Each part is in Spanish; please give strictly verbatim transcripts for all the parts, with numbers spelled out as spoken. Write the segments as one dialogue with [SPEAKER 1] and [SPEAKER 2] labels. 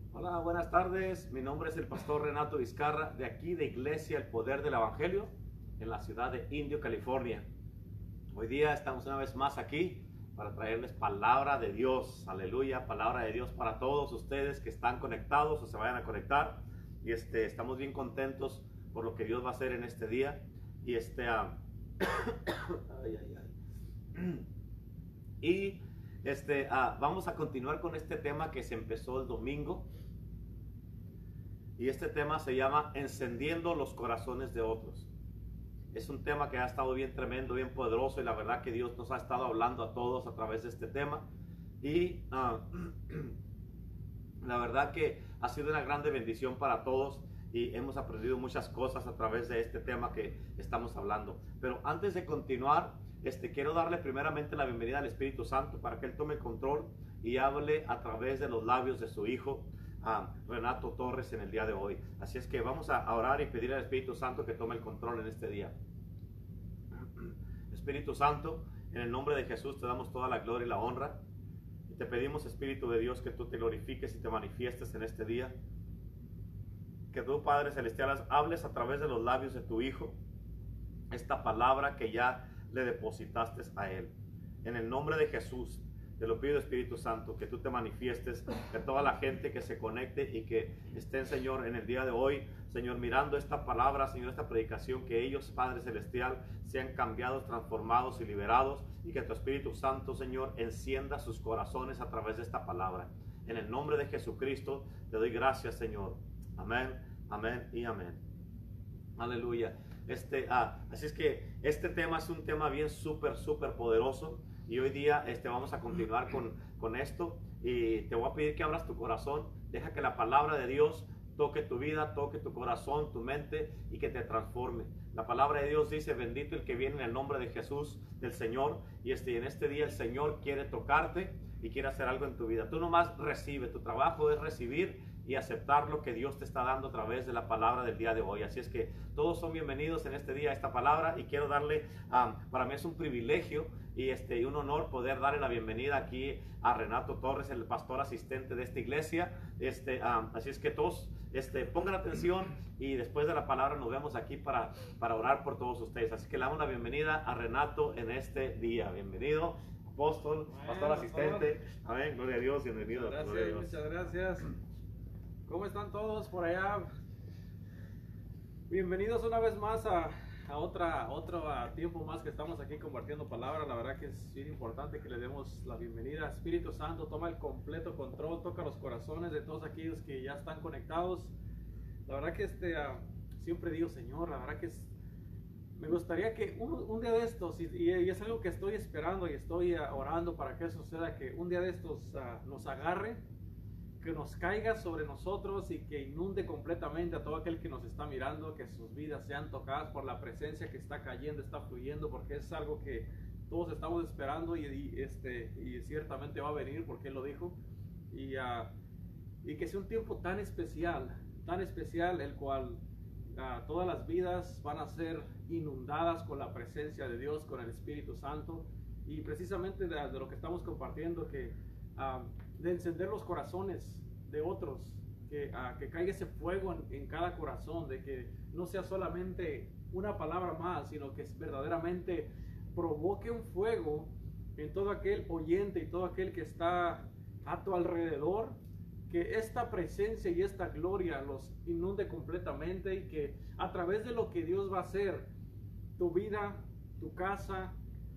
[SPEAKER 1] Hola, buenas tardes. Mi nombre es el pastor Renato Vizcarra, de aquí de Iglesia El Poder del Evangelio, en la ciudad de Indio, California. Hoy día estamos una vez más aquí para traerles palabra de Dios. Aleluya, palabra de Dios para todos ustedes que están conectados o se vayan a conectar. Y este, estamos bien contentos por lo que Dios va a hacer en este día. Y este, uh, ay, ay, ay. Y este, uh, vamos a continuar con este tema que se empezó el domingo. Y este tema se llama Encendiendo los corazones de otros. Es un tema que ha estado bien tremendo, bien poderoso, y la verdad que Dios nos ha estado hablando a todos a través de este tema. Y uh, la verdad que ha sido una grande bendición para todos y hemos aprendido muchas cosas a través de este tema que estamos hablando. Pero antes de continuar, este, quiero darle primeramente la bienvenida al Espíritu Santo para que Él tome el control y hable a través de los labios de su Hijo, a Renato Torres, en el día de hoy. Así es que vamos a orar y pedir al Espíritu Santo que tome el control en este día. Espíritu Santo, en el nombre de Jesús te damos toda la gloria y la honra, y te pedimos, Espíritu de Dios, que tú te glorifiques y te manifiestes en este día, que tú, Padre Celestial, hables a través de los labios de tu Hijo esta palabra que ya le depositaste a Él. En el nombre de Jesús te lo pido, Espíritu Santo, que tú te manifiestes, que toda la gente que se conecte y que estén, Señor, en el día de hoy, Señor, mirando esta palabra, Señor, esta predicación, que ellos, Padre Celestial, sean cambiados, transformados y liberados, y que tu Espíritu Santo, Señor, encienda sus corazones a través de esta palabra. En el nombre de Jesucristo te doy gracias, Señor. Amén, amén y amén. Aleluya. Este, ah, así es que este tema es un tema bien súper, súper poderoso. Y hoy día este, vamos a continuar con, con esto, y te voy a pedir que abras tu corazón, deja que la palabra de Dios toque tu vida, toque tu corazón, tu mente, y que te transforme. La palabra de Dios dice: bendito el que viene en el nombre de Jesús, del Señor. Y este, en este día el Señor quiere tocarte y quiere hacer algo en tu vida. Tú nomás recibe, tu trabajo es recibir y aceptar lo que Dios te está dando a través de la palabra del día de hoy. Así es que todos son bienvenidos en este día a esta palabra, y quiero darle, um, para mí es un privilegio y este, un honor poder darle la bienvenida aquí a Renato Torres, el pastor asistente de esta iglesia. Este, um, así es que todos este, pongan atención, y después de la palabra nos vemos aquí para, para orar por todos ustedes. Así que le damos la bienvenida a Renato en este día. Bienvenido, apóstol,
[SPEAKER 2] Amén,
[SPEAKER 1] pastor asistente.
[SPEAKER 2] pastor.
[SPEAKER 1] Amén, gloria a Dios, bienvenido.
[SPEAKER 2] Muchas
[SPEAKER 1] Gloria a
[SPEAKER 2] gracias,
[SPEAKER 1] Dios.
[SPEAKER 2] muchas gracias. ¿Cómo están todos por allá? Bienvenidos una vez más a, a otra, otro a tiempo más que estamos aquí compartiendo palabra. La verdad que es bien importante que le demos la bienvenida. Espíritu Santo, toma el completo control, toca los corazones de todos aquellos que ya están conectados. La verdad que este, uh, siempre digo, Señor, la verdad que es, me gustaría que un, un día de estos, y, y es algo que estoy esperando y estoy uh, orando para que suceda, que un día de estos uh, nos agarre, que nos caiga sobre nosotros y que inunde completamente a todo aquel que nos está mirando, que sus vidas sean tocadas por la presencia que está cayendo, está fluyendo, porque es algo que todos estamos esperando, y, y, este, y ciertamente va a venir, porque Él lo dijo. Y, uh, y que sea un tiempo tan especial, tan especial, el cual uh, todas las vidas van a ser inundadas con la presencia de Dios, con el Espíritu Santo. Y precisamente de, de lo que estamos compartiendo, que uh, de encender los corazones de otros, que, uh, que caiga ese fuego en, en cada corazón, de que no sea solamente una palabra más, sino que verdaderamente provoque un fuego en todo aquel oyente y todo aquel que está a tu alrededor, que esta presencia y esta gloria los inunde completamente, y que a través de lo que Dios va a hacer, tu vida, tu casa,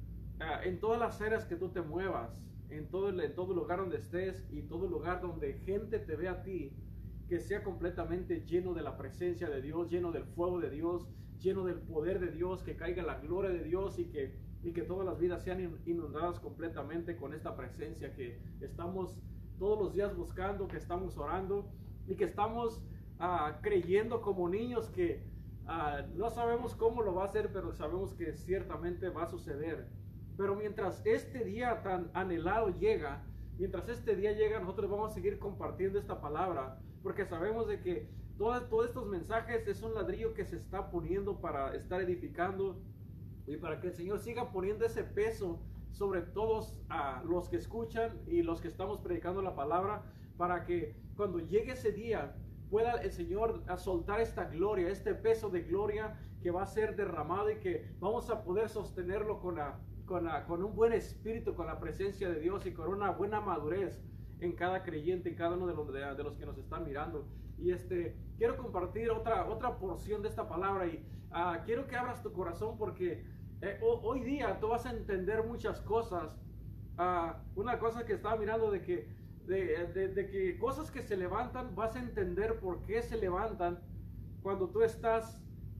[SPEAKER 2] uh, en todas las áreas que tú te muevas, en todo, en todo lugar donde estés, y todo lugar donde gente te ve a ti, que sea completamente lleno de la presencia de Dios, lleno del fuego de Dios, lleno del poder de Dios, que caiga la gloria de Dios, y que, y que todas las vidas sean inundadas completamente con esta presencia que estamos todos los días buscando, que estamos orando, y que estamos uh, creyendo como niños que uh, no sabemos cómo lo va a hacer, pero sabemos que ciertamente va a suceder. Pero mientras este día tan anhelado llega, mientras este día llega, nosotros vamos a seguir compartiendo esta palabra, porque sabemos de que todos, todos estos mensajes es un ladrillo que se está poniendo para estar edificando, y para que el Señor siga poniendo ese peso sobre todos uh, los que escuchan y los que estamos predicando la palabra, para que cuando llegue ese día pueda el Señor a soltar esta gloria, este peso de gloria que va a ser derramado y que vamos a poder sostenerlo con, la, con, la, con un buen espíritu, con la presencia de Dios y con una buena madurez en cada creyente, en cada uno de los, de, de los que nos están mirando. Y este, quiero compartir otra, otra porción de esta palabra y uh, quiero que abras tu corazón porque eh, hoy día tú vas a entender muchas cosas. Uh, una cosa que estaba mirando de que De, de, de que cosas que se levantan, vas a entender por qué se levantan cuando tú estás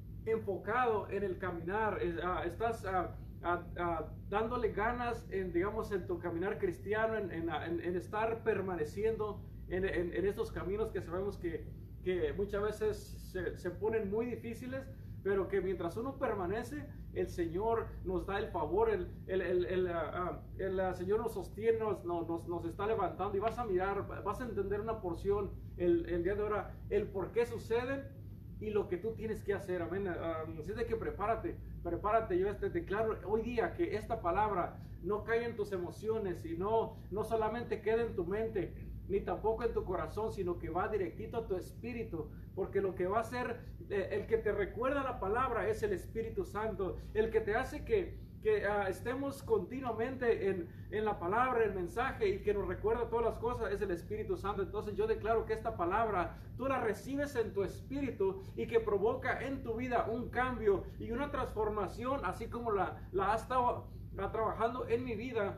[SPEAKER 2] enfocado en el caminar, uh, estás uh, uh, uh, dándole ganas en, digamos, en tu caminar cristiano, en, en, en, en estar permaneciendo en, en, en estos caminos que sabemos que, que muchas veces se, se ponen muy difíciles, pero que mientras uno permanece, el Señor nos da el favor, el, el, el, el, uh, el uh, Señor nos sostiene, nos, nos, nos está levantando y vas a mirar, vas a entender una porción el, el día de ahora, el por qué suceden y lo que tú tienes que hacer, amén. Uh, así de que prepárate, prepárate, yo te declaro hoy día que esta palabra no cae en tus emociones y no, no solamente queda en tu mente, ni tampoco en tu corazón, sino que va directito a tu espíritu, porque lo que va a hacer, eh, el que te recuerda la palabra es el Espíritu Santo, el que te hace que, que uh, estemos continuamente en, en la palabra, el mensaje, y que nos recuerda todas las cosas, es el Espíritu Santo. Entonces yo declaro que esta palabra, tú la recibes en tu espíritu y que provoca en tu vida un cambio y una transformación, así como la, la ha estado la, trabajando en mi vida,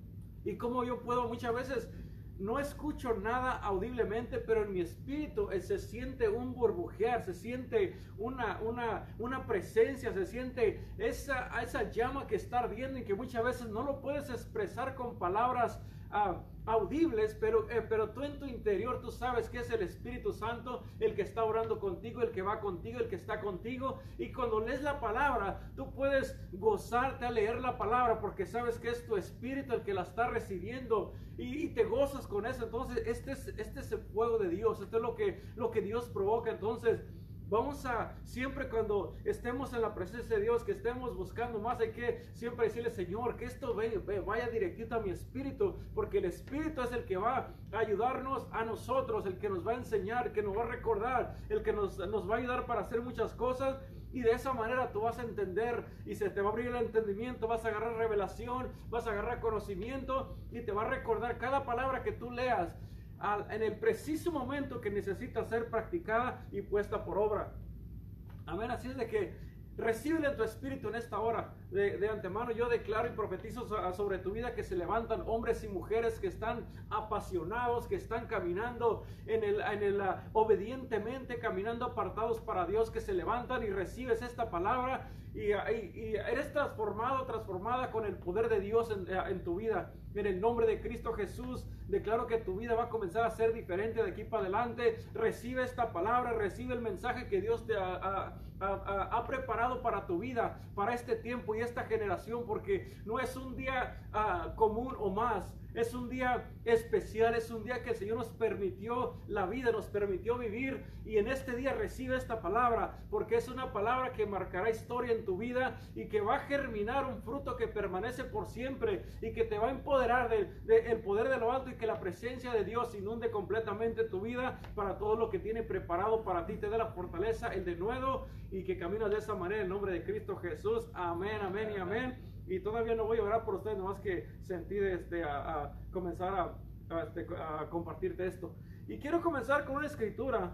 [SPEAKER 2] y como yo puedo muchas veces no escucho nada audiblemente, pero en mi espíritu eh, se siente un burbujear, se siente una, una, una presencia, se siente esa, esa llama que está ardiendo y que muchas veces no lo puedes expresar con palabras uh, audibles, pero, eh, pero tú en tu interior tú sabes que es el Espíritu Santo el que está orando contigo, el que va contigo, el que está contigo, y cuando lees la palabra tú puedes gozarte al leer la palabra porque sabes que es tu espíritu el que la está recibiendo y, y te gozas con eso. Entonces este es, este es el fuego de Dios, esto es lo que, lo que Dios provoca. Entonces vamos a, siempre cuando estemos en la presencia de Dios, que estemos buscando más, hay que siempre decirle, Señor, que esto vaya directito a mi espíritu, porque el Espíritu es el que va a ayudarnos a nosotros, el que nos va a enseñar, el que nos va a recordar, el que nos, nos va a ayudar para hacer muchas cosas. Y de esa manera tú vas a entender y se te va a abrir el entendimiento, vas a agarrar revelación, vas a agarrar conocimiento y te va a recordar cada palabra que tú leas en el preciso momento que necesita ser practicada y puesta por obra. Amén. Así es de que recíbele en tu espíritu en esta hora. De, de antemano yo declaro y profetizo sobre tu vida que se levantan hombres y mujeres que están apasionados, que están caminando en el, en el uh, obedientemente, caminando apartados para Dios, que se levantan y recibes esta palabra y, y, y eres transformado, transformada con el poder de Dios en, en tu vida. En el nombre de Cristo Jesús, declaro que tu vida va a comenzar a ser diferente de aquí para adelante. Recibe esta palabra, recibe el mensaje que Dios te ha, ha, ha, ha preparado para tu vida, para este tiempo y esta generación, porque no es un día uh, común o más. Es un día especial, es un día que el Señor nos permitió la vida, nos permitió vivir, y en este día recibe esta palabra, porque es una palabra que marcará historia en tu vida y que va a germinar un fruto que permanece por siempre y que te va a empoderar del de, el poder de lo alto, y que la presencia de Dios inunde completamente tu vida para todo lo que tiene preparado para ti, te dé la fortaleza, el denuedo, y que caminas de esa manera en el nombre de Cristo Jesús. Amén, amén y amén. Y todavía no voy a orar por ustedes, nomás que sentí este, a, a comenzar a, a, este, a compartirte esto. Y quiero comenzar con una escritura.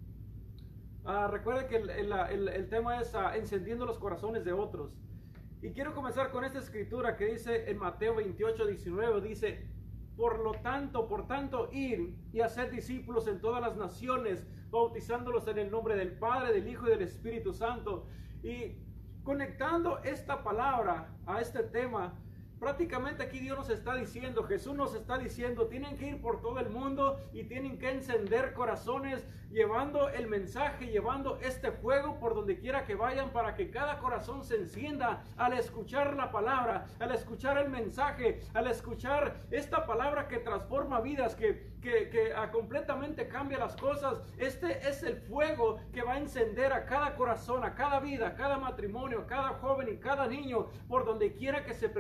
[SPEAKER 2] Uh, recuerda que el, el, el, el tema es uh, encendiendo los corazones de otros. Y quiero comenzar con esta escritura que dice en Mateo veintiocho, diecinueve, dice: por lo tanto, por tanto, ir y hacer discípulos en todas las naciones, bautizándolos en el nombre del Padre, del Hijo y del Espíritu Santo. Y conectando esta palabra a este tema, prácticamente aquí Dios nos está diciendo, Jesús nos está diciendo, tienen que ir por todo el mundo y tienen que encender corazones, llevando el mensaje, llevando este fuego por donde quiera que vayan, para que cada corazón se encienda al escuchar la palabra, al escuchar el mensaje, al escuchar esta palabra que transforma vidas, que, que, que a completamente cambia las cosas. Este es el fuego que va a encender a cada corazón, a cada vida, a cada matrimonio, a cada joven y cada niño, por donde quiera que se predique esta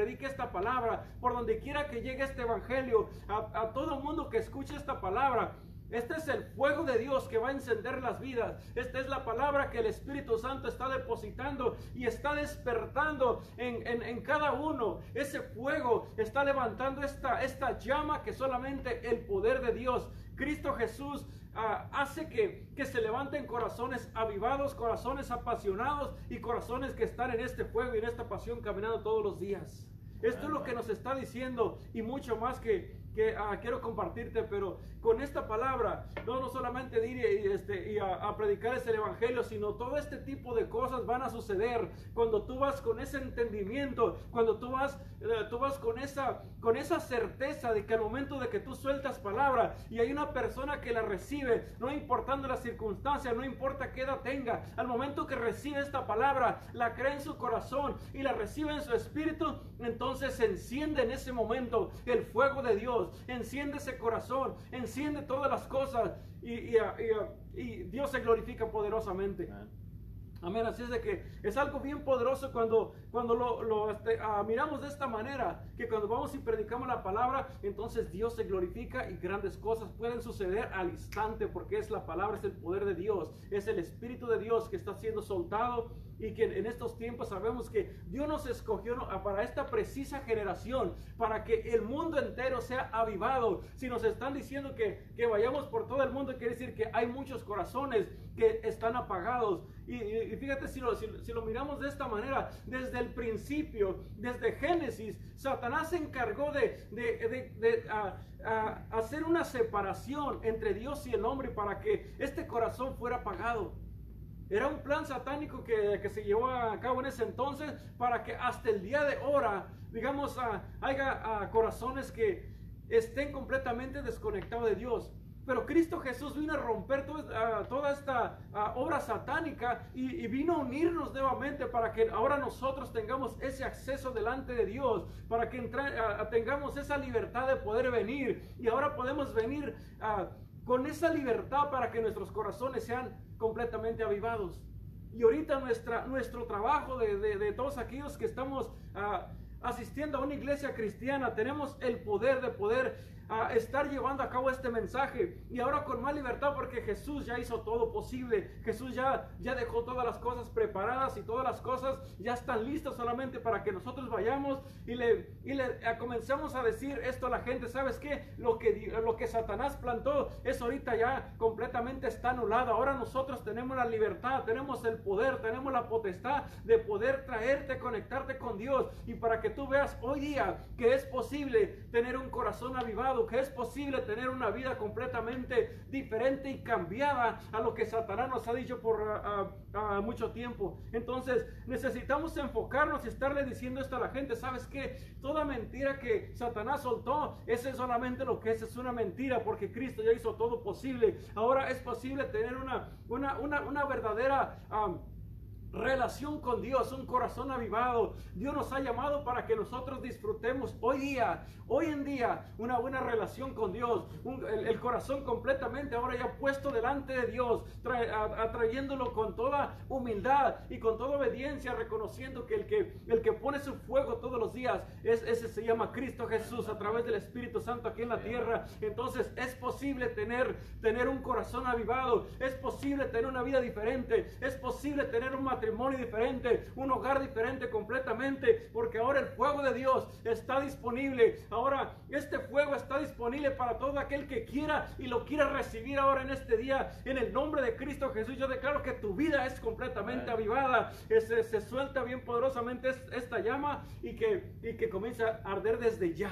[SPEAKER 2] esta palabra, por donde quiera que llegue este evangelio, a, a todo mundo que escuche esta palabra. Este es el fuego de Dios que va a encender las vidas. Esta es la palabra que el Espíritu Santo está depositando y está despertando en, en, en cada uno. Ese fuego está levantando esta, esta llama que solamente el poder de Dios, Cristo Jesús, uh, hace que, que se levanten corazones avivados, corazones apasionados y corazones que están en este fuego y en esta pasión caminando todos los días. Esto es lo que nos está diciendo y mucho más que, que uh, quiero compartirte, pero con esta palabra, no, no solamente ir y, este, y a, a predicar ese evangelio, sino todo este tipo de cosas van a suceder cuando tú vas con ese entendimiento, cuando tú vas, eh, tú vas con, esa, con esa certeza de que al momento de que tú sueltas palabra y hay una persona que la recibe, no importando las circunstancias, no importa qué edad tenga, al momento que recibe esta palabra, la cree en su corazón y la recibe en su espíritu, entonces se enciende en ese momento el fuego de Dios, enciende ese corazón, enciende todas las cosas y, y, y, y Dios se glorifica poderosamente. Amén. Amén. Así es de que es algo bien poderoso cuando, cuando lo, lo este, uh, miramos de esta manera, que cuando vamos y predicamos la palabra, entonces Dios se glorifica y grandes cosas pueden suceder al instante, porque es la palabra, es el poder de Dios, es el Espíritu de Dios que está siendo soltado. Y que en estos tiempos sabemos que Dios nos escogió para esta precisa generación, para que el mundo entero sea avivado. Si nos están diciendo que, que vayamos por todo el mundo, quiere decir que hay muchos corazones que están apagados. Y, y, y fíjate, si lo, si, si lo miramos de esta manera, desde el principio, desde Génesis, Satanás se encargó de, de, de, de a, a hacer una separación entre Dios y el hombre para que este corazón fuera apagado. Era un plan satánico que, que se llevó a cabo en ese entonces para que hasta el día de ahora, digamos, uh, haya uh, corazones que estén completamente desconectados de Dios. Pero Cristo Jesús vino a romper todo, uh, toda esta uh, obra satánica y, y vino a unirnos nuevamente para que ahora nosotros tengamos ese acceso delante de Dios, para que entra, uh, tengamos esa libertad de poder venir. Y ahora podemos venir uh, con esa libertad para que nuestros corazones sean completamente avivados. Y ahorita nuestra, nuestro trabajo de, de, de todos aquellos que estamos uh, asistiendo a una iglesia cristiana, tenemos el poder de poder a estar llevando a cabo este mensaje y ahora con más libertad, porque Jesús ya hizo todo posible. Jesús ya, ya dejó todas las cosas preparadas y todas las cosas ya están listas solamente para que nosotros vayamos y le, y le a, comencemos a decir esto a la gente. ¿Sabes qué? Lo que, lo que Satanás plantó es ahorita ya completamente está anulado. Ahora nosotros tenemos la libertad, tenemos el poder, tenemos la potestad de poder traerte, conectarte con Dios, y para que tú veas hoy día que es posible tener un corazón avivado, que es posible tener una vida completamente diferente y cambiada a lo que Satanás nos ha dicho por uh, uh, uh, mucho tiempo. Entonces necesitamos enfocarnos y estarle diciendo esto a la gente. ¿Sabes qué? Toda mentira que Satanás soltó, ese es solamente lo que es, es una mentira, porque Cristo ya hizo todo posible. Ahora es posible tener una, una, una, una verdadera um, relación con Dios, un corazón avivado. Dios nos ha llamado para que nosotros disfrutemos hoy día, hoy en día, una buena relación con Dios, un, el, el corazón completamente ahora ya puesto delante de Dios, trae, a, atrayéndolo con toda humildad y con toda obediencia, reconociendo que el que, el que pone su fuego todos los días, es, ese se llama Cristo Jesús a través del Espíritu Santo aquí en la tierra. Entonces es posible tener, tener un corazón avivado, es posible tener una vida diferente, es posible tener un matrimonio diferente, un hogar diferente completamente, porque ahora el fuego de Dios está disponible. Ahora este fuego está disponible para todo aquel que quiera y lo quiera recibir ahora en este día, en el nombre de Cristo Jesús. Yo declaro que tu vida es completamente avivada, se, se suelta bien poderosamente esta llama y que, y que comienza a arder desde ya.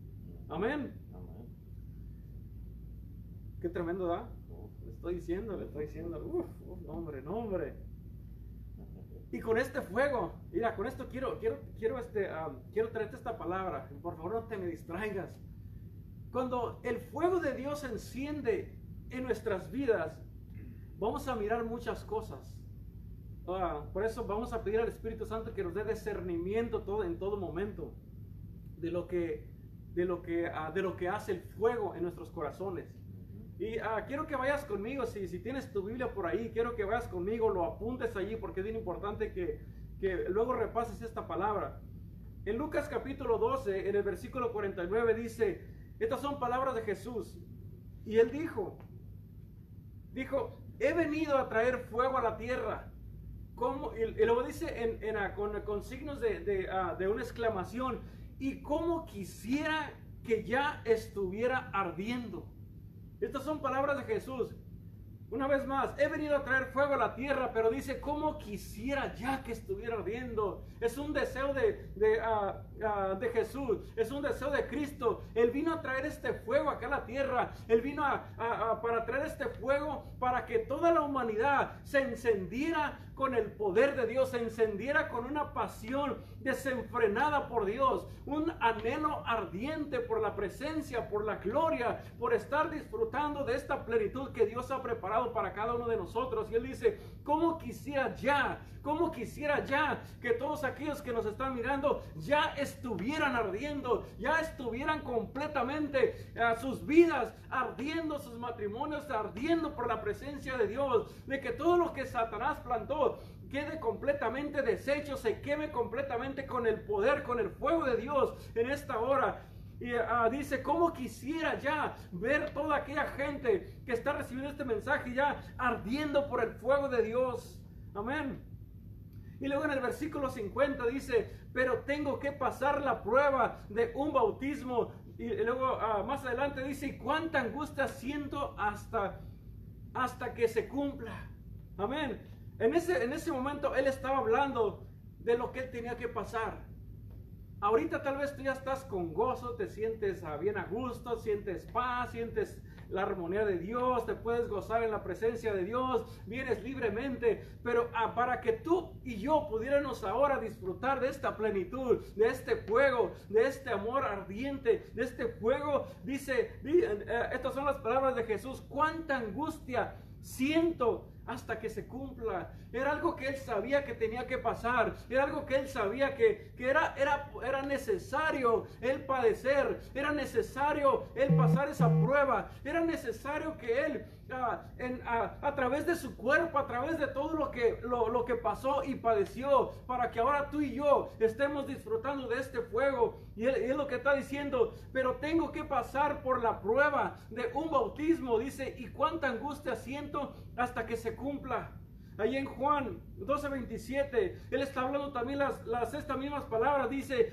[SPEAKER 2] Amén. Amén. Qué tremendo, ¿da? Le estoy diciendo, le estoy diciendo, uf, uf, hombre, no, hombre. Y con este fuego, mira, con esto quiero, quiero, quiero, este, um, quiero traerte esta palabra. Por favor, no te me distraigas. Cuando el fuego de Dios se enciende en nuestras vidas, vamos a mirar muchas cosas. Uh, por eso vamos a pedir al Espíritu Santo que nos dé discernimiento todo, en todo momento de lo que, de lo que, uh, de lo que hace el fuego en nuestros corazones. Y uh, quiero que vayas conmigo, si, si tienes tu Biblia por ahí, quiero que vayas conmigo, lo apuntes allí, porque es bien importante que, que luego repases esta palabra. En Lucas capítulo doce, en el versículo cuarenta y nueve dice, estas son palabras de Jesús. Y él dijo, dijo, he venido a traer fuego a la tierra. ¿Cómo? Y, y luego dice en, en, uh, con, con signos de, de, uh, de una exclamación, y cómo quisiera que ya estuviera ardiendo. Estas son palabras de Jesús. Una vez más, he venido a traer fuego a la tierra, pero dice, ¿cómo quisiera ya que estuviera ardiendo? Es un deseo de, de, uh, uh, de Jesús, es un deseo de Cristo. Él vino a traer este fuego acá a la tierra. Él vino a, a, a, para traer este fuego para que toda la humanidad se encendiera con el poder de Dios, se encendiera con una pasión desenfrenada por Dios, un anhelo ardiente por la presencia, por la gloria, por estar disfrutando de esta plenitud que Dios ha preparado para cada uno de nosotros. Y Él dice, ¿cómo quisiera ya? ¿Cómo quisiera ya que todos aquellos que nos están mirando ya estuvieran ardiendo, ya estuvieran completamente a sus vidas ardiendo, sus matrimonios ardiendo por la presencia de Dios, de que todo lo que Satanás plantó quede completamente deshecho, se queme completamente con el poder, con el fuego de Dios en esta hora. Y uh, dice, ¿cómo quisiera ya ver toda aquella gente que está recibiendo este mensaje ya ardiendo por el fuego de Dios? Amén. Y luego en el versículo cincuenta dice, pero tengo que pasar la prueba de un bautismo. Y luego uh, más adelante dice, ¿y cuánta angustia siento hasta, hasta que se cumpla? Amén. En ese, en ese momento él estaba hablando de lo que él tenía que pasar. Ahorita tal vez tú ya estás con gozo, te sientes bien a gusto, sientes paz, sientes la armonía de Dios, te puedes gozar en la presencia de Dios, vienes libremente, pero ah, para que tú y yo pudiéramos ahora disfrutar de esta plenitud, de este fuego, de este amor ardiente, de este fuego, dice, dice eh, estas son las palabras de Jesús, cuánta angustia siento hasta que se cumpla. Era algo que él sabía que tenía que pasar, era algo que él sabía que, que era, era, era necesario él padecer, era necesario él pasar esa prueba, era necesario que él uh, en, uh, a través de su cuerpo, a través de todo lo que, lo, lo que pasó y padeció, para que ahora tú y yo estemos disfrutando de este fuego. Y él, y es lo que está diciendo, pero tengo que pasar por la prueba de un bautismo, dice, y cuánta angustia siento hasta que se cumpla. Ahí en Juan doce veintisiete, él está hablando también las, las estas mismas palabras, dice,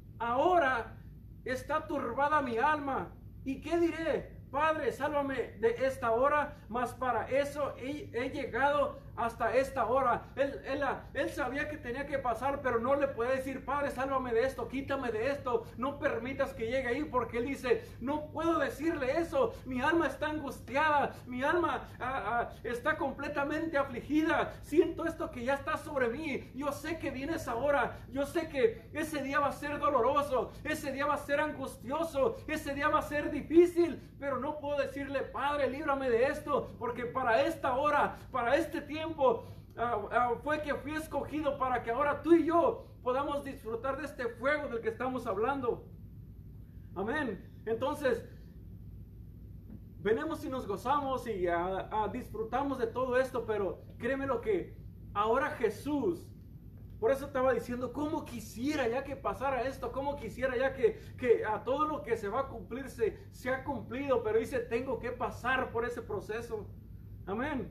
[SPEAKER 2] ahora está turbada mi alma, ¿y qué diré? Padre, sálvame de esta hora, mas para eso he, he llegado hasta esta hora. Él, él, él sabía que tenía que pasar, pero no le puede decir, Padre, sálvame de esto, quítame de esto, no permitas que llegue ahí, porque él dice, no puedo decirle eso, mi alma está angustiada, mi alma ah, ah, está completamente afligida, siento esto que ya está sobre mí, yo sé que viene esa hora, yo sé que ese día va a ser doloroso, ese día va a ser angustioso, ese día va a ser difícil, pero no puedo decirle, Padre, líbrame de esto, porque para esta hora, para este tiempo, Uh, uh, fue que fui escogido para que ahora tú y yo podamos disfrutar de este fuego del que estamos hablando. Amén. Entonces, venimos y nos gozamos y uh, uh, disfrutamos de todo esto, pero créeme lo que ahora Jesús, por eso estaba diciendo, cómo quisiera ya que pasara esto, cómo quisiera ya que, que a todo lo que se va a cumplirse se ha cumplido, pero dice, tengo que pasar por ese proceso. Amén.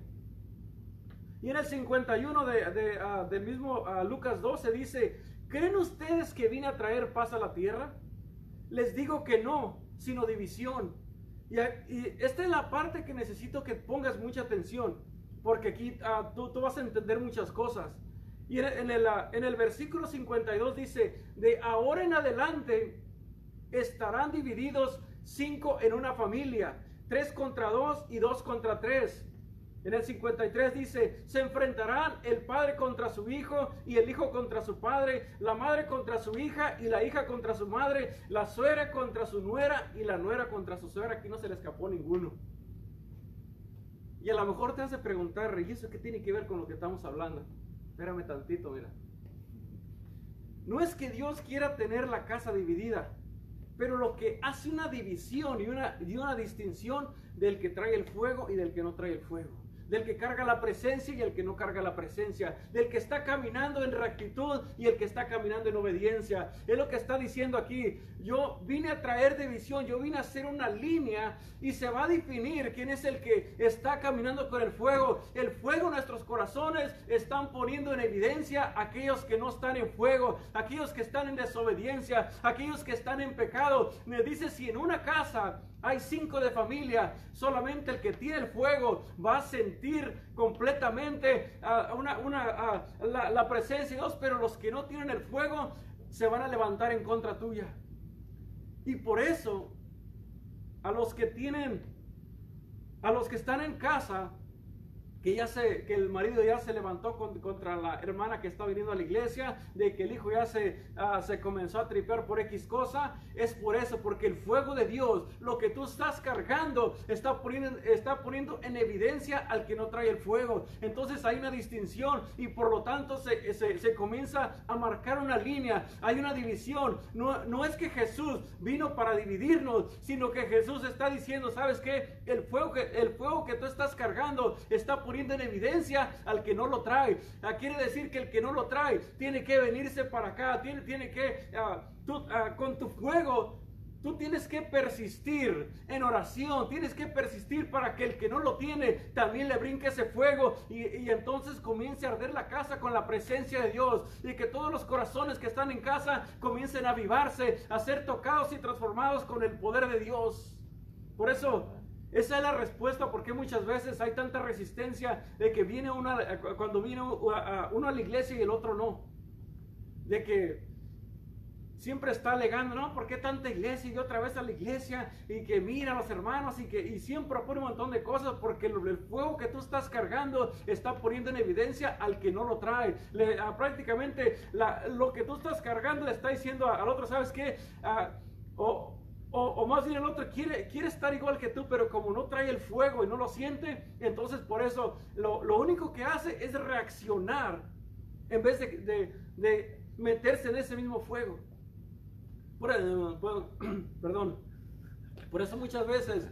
[SPEAKER 2] Y en el cincuenta y uno de, de, uh, del mismo uh, Lucas doce dice, ¿creen ustedes que vine a traer paz a la tierra? Les digo que no, sino división. Y, y esta es la parte que necesito que pongas mucha atención, porque aquí uh, tú, tú vas a entender muchas cosas. Y en, en, el, uh, en el versículo cincuenta y dos dice, de ahora en adelante estarán divididos cinco en una familia, tres contra dos y dos contra tres. En el cincuenta y tres dice, se enfrentarán el padre contra su hijo y el hijo contra su padre, la madre contra su hija y la hija contra su madre, la suegra contra su nuera y la nuera contra su suegra. Aquí no se le escapó ninguno. Y a lo mejor te hace preguntar, ¿y eso qué tiene que ver con lo que estamos hablando? Espérame tantito, mira. No es que Dios quiera tener la casa dividida, pero lo que hace una división y una, y una distinción del que trae el fuego y del que no trae el fuego. del que carga la presencia y el que no carga la presencia, del que está caminando en rectitud y el que está caminando en obediencia. Es lo que está diciendo aquí. Yo vine a traer división, yo vine a hacer una línea y se va a definir quién es el que está caminando con el fuego. El fuego en nuestros corazones están poniendo en evidencia a aquellos que no están en fuego, aquellos que están en desobediencia, aquellos que están en pecado. Me dice, si en una casa hay cinco de familia, solamente el que tiene el fuego va a sentir completamente uh, una, una, uh, la, la presencia de Dios, pero los que no tienen el fuego se van a levantar en contra tuya. Y por eso, a los que tienen, a los que están en casa, que ya se, que el marido ya se levantó con, contra la hermana que está viniendo a la iglesia, de que el hijo ya se, uh, se comenzó a tripear por X cosa, es por eso, porque el fuego de Dios, lo que tú estás cargando, está poniendo, está poniendo en evidencia al que no trae el fuego. Entonces hay una distinción y por lo tanto se, se, se comienza a marcar una línea, hay una división. No, no es que Jesús vino para dividirnos, sino que Jesús está diciendo, ¿sabes qué? El fuego que, el fuego que tú estás cargando está poniendo en evidencia al que no lo trae. Ah, quiere decir que el que no lo trae tiene que venirse para acá, tiene, tiene que, uh, tú, uh, con tu fuego, tú tienes que persistir en oración, tienes que persistir para que el que no lo tiene también le brinque ese fuego y, y entonces comience a arder la casa con la presencia de Dios y que todos los corazones que están en casa comiencen a avivarse, a ser tocados y transformados con el poder de Dios. Por eso esa es la respuesta, porque muchas veces hay tanta resistencia de que viene una, cuando viene uno a la iglesia y el otro no. De que siempre está alegando, no, ¿por qué tanta iglesia y otra vez a la iglesia? Y que mira a los hermanos y que y siempre pone un montón de cosas, porque el, el fuego que tú estás cargando está poniendo en evidencia al que no lo trae. Le, a, prácticamente la, lo que tú estás cargando le está diciendo al otro, ¿sabes qué? Uh, o O, o más bien el otro quiere, quiere estar igual que tú, pero como no trae el fuego y no lo siente, entonces por eso lo, lo único que hace es reaccionar en vez de, de, de meterse en ese mismo fuego. Por, por, perdón. Por eso muchas veces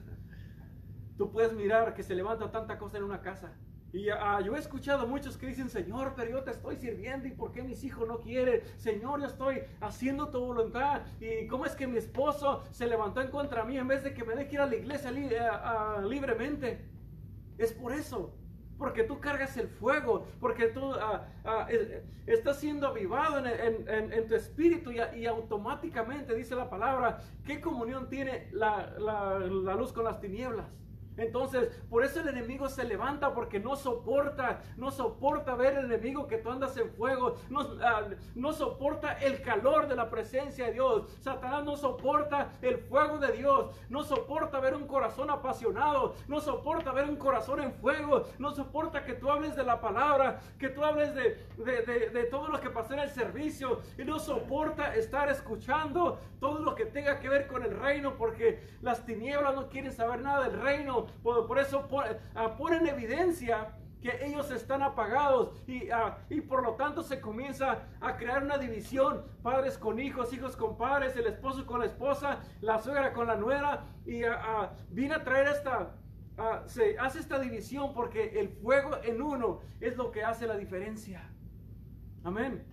[SPEAKER 2] tú puedes mirar que se levanta tanta cosa en una casa. Y uh, yo he escuchado muchos que dicen, Señor, pero yo te estoy sirviendo, ¿y por qué mis hijos no quieren? Señor, yo estoy haciendo tu voluntad. ¿Y cómo es que mi esposo se levantó en contra de mí en vez de que me deje ir a la iglesia li uh, uh, libremente? Es por eso, porque tú cargas el fuego, porque tú uh, uh, estás siendo avivado en, en, en, en tu espíritu y, y automáticamente, dice la palabra, ¿qué comunión tiene la, la, la luz con las tinieblas? Entonces, por eso el enemigo se levanta, porque no soporta, no soporta ver el enemigo que tú andas en fuego, no, uh, no soporta el calor de la presencia de Dios. Satanás no soporta el fuego de Dios, no soporta ver un corazón apasionado, no soporta ver un corazón en fuego, no soporta que tú hables de la palabra, que tú hables de, de, de, de todo lo que pasó en el servicio, y no soporta estar escuchando todo lo que tenga que ver con el reino, porque las tinieblas no quieren saber nada del reino. Por, por eso ponen pone en evidencia que ellos están apagados y, uh, y por lo tanto se comienza a crear una división, padres con hijos, hijos con padres, el esposo con la esposa, la suegra con la nuera, y uh, uh, viene a traer esta, uh, se hace esta división porque el fuego en uno es lo que hace la diferencia. Amén.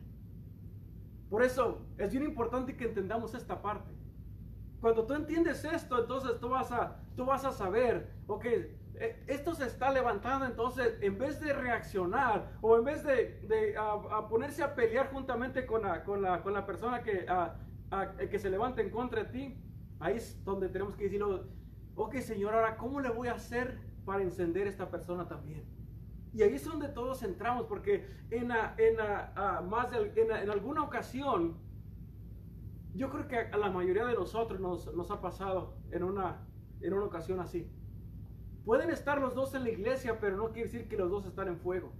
[SPEAKER 2] Por eso es bien importante que entendamos esta parte. Cuando tú entiendes esto, entonces tú vas a, tú vas a saber, ok, esto se está levantando, entonces en vez de reaccionar o en vez de, de a, a ponerse a pelear juntamente con la, con la, con la persona que, a, a, que se levanta en contra de ti, ahí es donde tenemos que decir, ok, Señor, ahora ¿cómo le voy a hacer para encender a esta persona también? Y ahí es donde todos entramos, porque en, la, en, la, a, más de, en, la, en alguna ocasión, yo creo que a la mayoría de nosotros nos, nos ha pasado en una, en una ocasión así. Pueden estar los dos en la iglesia, pero no quiere decir que los dos están en fuego.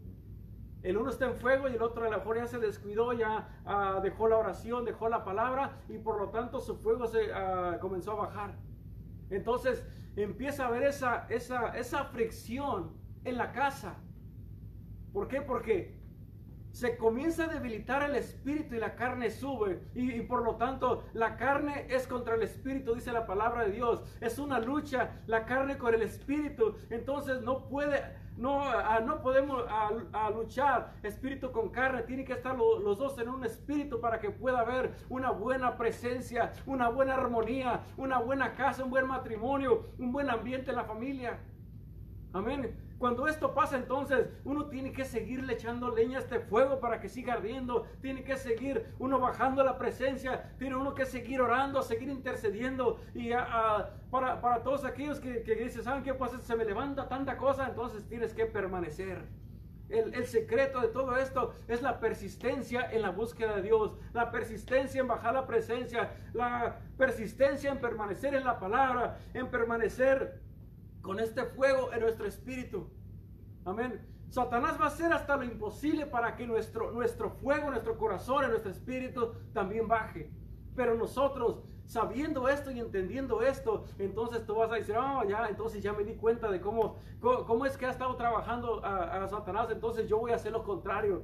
[SPEAKER 2] El uno está en fuego y el otro a lo mejor ya se descuidó, ya uh, dejó la oración, dejó la palabra y por lo tanto su fuego se uh, comenzó a bajar. Entonces empieza a haber esa, esa, esa fricción en la casa. ¿Por qué? Porque se comienza a debilitar el espíritu y la carne sube, y, y por lo tanto la carne es contra el espíritu, dice la palabra de Dios. Es una lucha la carne con el espíritu. Entonces no puede, no, uh, no podemos uh, uh, luchar espíritu con carne. Tienen que estar lo, los dos en un espíritu para que pueda haber una buena presencia, una buena armonía, una buena casa, un buen matrimonio, un buen ambiente en la familia. Amén. Cuando esto pasa, entonces uno tiene que seguirle echando leña a este fuego para que siga ardiendo. Tiene que seguir uno bajando la presencia. Tiene uno que seguir orando, seguir intercediendo. Y uh, para, para todos aquellos que, que dicen, ¿saben qué? Pues se me levanta tanta cosa, entonces tienes que permanecer. El, el secreto de todo esto es la persistencia en la búsqueda de Dios, la persistencia en bajar la presencia, la persistencia en permanecer en la palabra, en permanecer con este fuego en nuestro espíritu. Amén. Satanás va a hacer hasta lo imposible para que nuestro, nuestro fuego, nuestro corazón, en nuestro espíritu también baje. Pero nosotros, sabiendo esto y entendiendo esto, entonces tú vas a decir, oh, ya, entonces ya me di cuenta de cómo, cómo, cómo es que ha estado trabajando a, a Satanás, entonces yo voy a hacer lo contrario.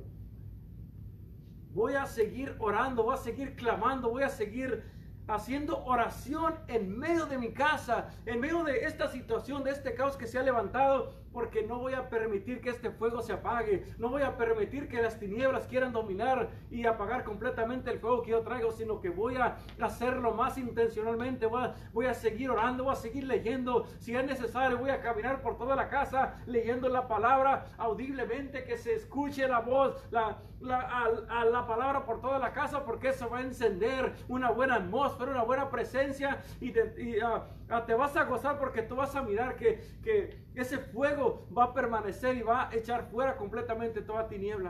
[SPEAKER 2] Voy a seguir orando, voy a seguir clamando, voy a seguir haciendo oración en medio de mi casa, en medio de esta situación, de este caos que se ha levantado, porque no voy a permitir que este fuego se apague, no voy a permitir que las tinieblas quieran dominar y apagar completamente el fuego que yo traigo, sino que voy a hacerlo más intencionalmente, voy a, voy a seguir orando, voy a seguir leyendo, si es necesario voy a caminar por toda la casa leyendo la palabra audiblemente, que se escuche la voz, la, la, a, a la palabra por toda la casa, porque eso va a encender una buena atmósfera, una buena presencia, y, te, y uh, uh, te vas a gozar porque tú vas a mirar que, que ese fuego va a permanecer y va a echar fuera completamente toda tiniebla.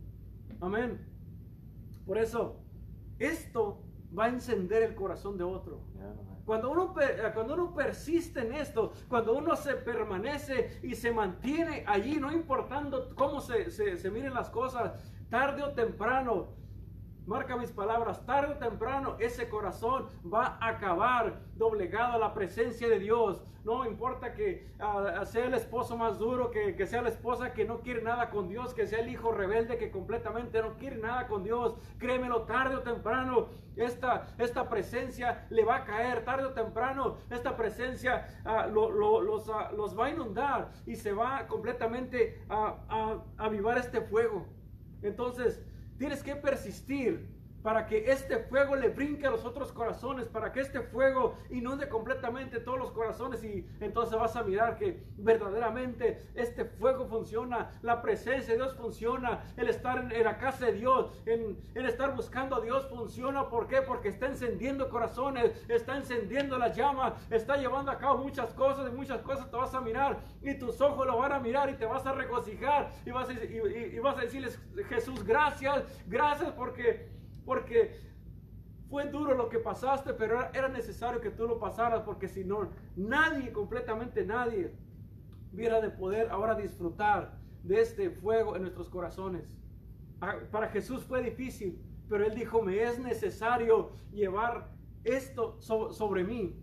[SPEAKER 2] Amén. Por eso, esto va a encender el corazón de otro. Cuando uno, cuando uno persiste en esto, cuando uno se permanece y se mantiene allí, no importando cómo se, se, se miren las cosas, tarde o temprano, marca mis palabras, tarde o temprano ese corazón va a acabar doblegado a la presencia de Dios. No importa que uh, sea el esposo más duro, que, que sea la esposa que no quiere nada con Dios, que sea el hijo rebelde que completamente no quiere nada con Dios. Créemelo, tarde o temprano esta, esta presencia le va a caer, tarde o temprano esta presencia uh, lo, lo, los, uh, los va a inundar y se va completamente a, a, a avivar este fuego. Entonces, tienes que persistir para que este fuego le brinque a los otros corazones, para que este fuego inunde completamente todos los corazones, y entonces vas a mirar que verdaderamente este fuego funciona, la presencia de Dios funciona, el estar en, en la casa de Dios, en, en estar buscando a Dios funciona. ¿Por qué? Porque está encendiendo corazones, está encendiendo las llamas, está llevando a cabo muchas cosas, y muchas cosas te vas a mirar, y tus ojos lo van a mirar, y te vas a regocijar, y vas a, y, y, y vas a decirles, Jesús, gracias, gracias porque... Porque fue duro lo que pasaste, pero era, era necesario que tú lo pasaras, porque si no, nadie, completamente nadie, hubiera de poder ahora disfrutar de este fuego en nuestros corazones. Para Jesús fue difícil, pero Él dijo, me es necesario llevar esto so, sobre mí.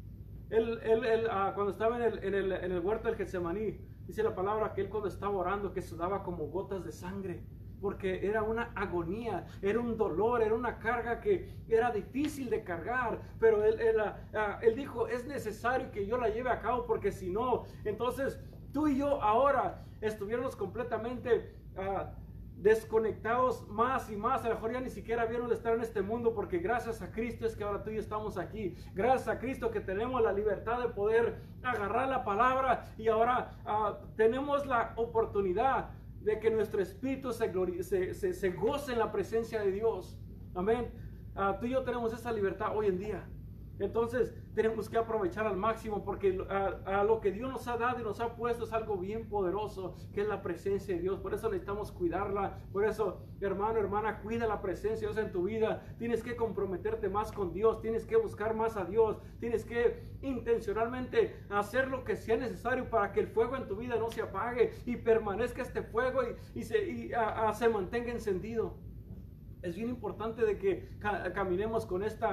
[SPEAKER 2] Él, él, él uh, cuando estaba en el, en, el, en el huerto del Getsemaní, dice la palabra que Él cuando estaba orando, que sudaba como gotas de sangre, porque era una agonía, era un dolor, era una carga que era difícil de cargar, pero él, él, uh, él dijo, es necesario que yo la lleve a cabo, porque si no, entonces tú y yo ahora estuviéramos completamente uh, desconectados más y más. A lo mejor ya ni siquiera vieron de estar en este mundo, porque gracias a Cristo es que ahora tú y yo estamos aquí. Gracias a Cristo que tenemos la libertad de poder agarrar la palabra, y ahora uh, tenemos la oportunidad de que nuestro espíritu se, se, se, se goce en la presencia de Dios. Amén. Uh, tú y yo tenemos esa libertad hoy en día. Entonces tenemos que aprovechar al máximo, porque a, a lo que Dios nos ha dado y nos ha puesto es algo bien poderoso, que es la presencia de Dios. Por eso necesitamos cuidarla. Por eso, hermano, hermana, cuida la presencia de Dios en tu vida. Tienes que comprometerte más con Dios, tienes que buscar más a Dios, tienes que intencionalmente hacer lo que sea necesario para que el fuego en tu vida no se apague y permanezca este fuego y, y, se, y a, a, se mantenga encendido. Es bien importante de que ca caminemos con esta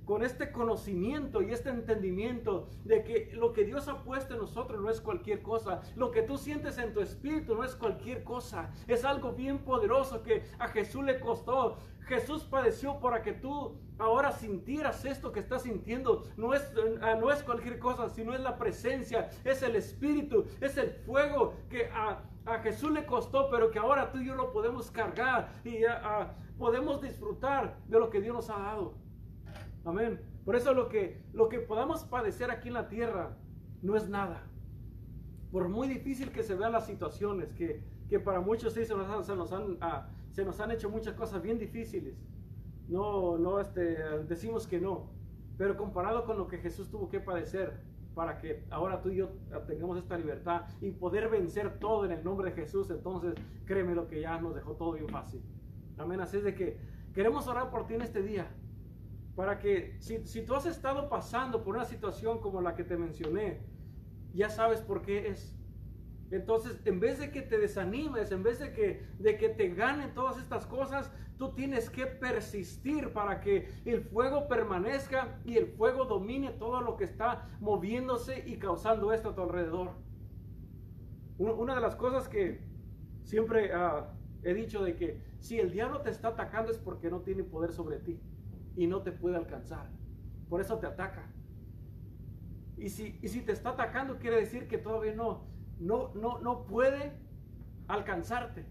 [SPEAKER 2] con este conocimiento y este entendimiento de que lo que Dios ha puesto en nosotros no es cualquier cosa. Lo que tú sientes en tu espíritu no es cualquier cosa. Es algo bien poderoso que a Jesús le costó. Jesús padeció para que tú ahora sintieras esto que estás sintiendo. No es, no es cualquier cosa, sino es la presencia, es el espíritu, es el fuego que a, a Jesús le costó, pero que ahora tú y yo lo podemos cargar y a, a, podemos disfrutar de lo que Dios nos ha dado. Amén. Por eso lo que, lo que podamos padecer aquí en la tierra no es nada. Por muy difícil que se vean las situaciones, que, que para muchos sí se nos, han, se, nos han, ah, se nos han hecho muchas cosas bien difíciles. No, no este, decimos que no. Pero comparado con lo que Jesús tuvo que padecer para que ahora tú y yo tengamos esta libertad y poder vencer todo en el nombre de Jesús, entonces créeme lo que ya nos dejó todo bien fácil. Amén. Así es de que queremos orar por ti en este día. Para que si, si tú has estado pasando por una situación como la que te mencioné, ya sabes por qué es. Entonces, en vez de que te desanimes, en vez de que, de que te ganen todas estas cosas, tú tienes que persistir para que el fuego permanezca y el fuego domine todo lo que está moviéndose y causando esto a tu alrededor. Una de las cosas que siempre uh, he dicho de que si el diablo te está atacando es porque no tiene poder sobre ti y no te puede alcanzar. Por eso te ataca. Y si, y si te está atacando, quiere decir que todavía no, no, no, no puede alcanzarte.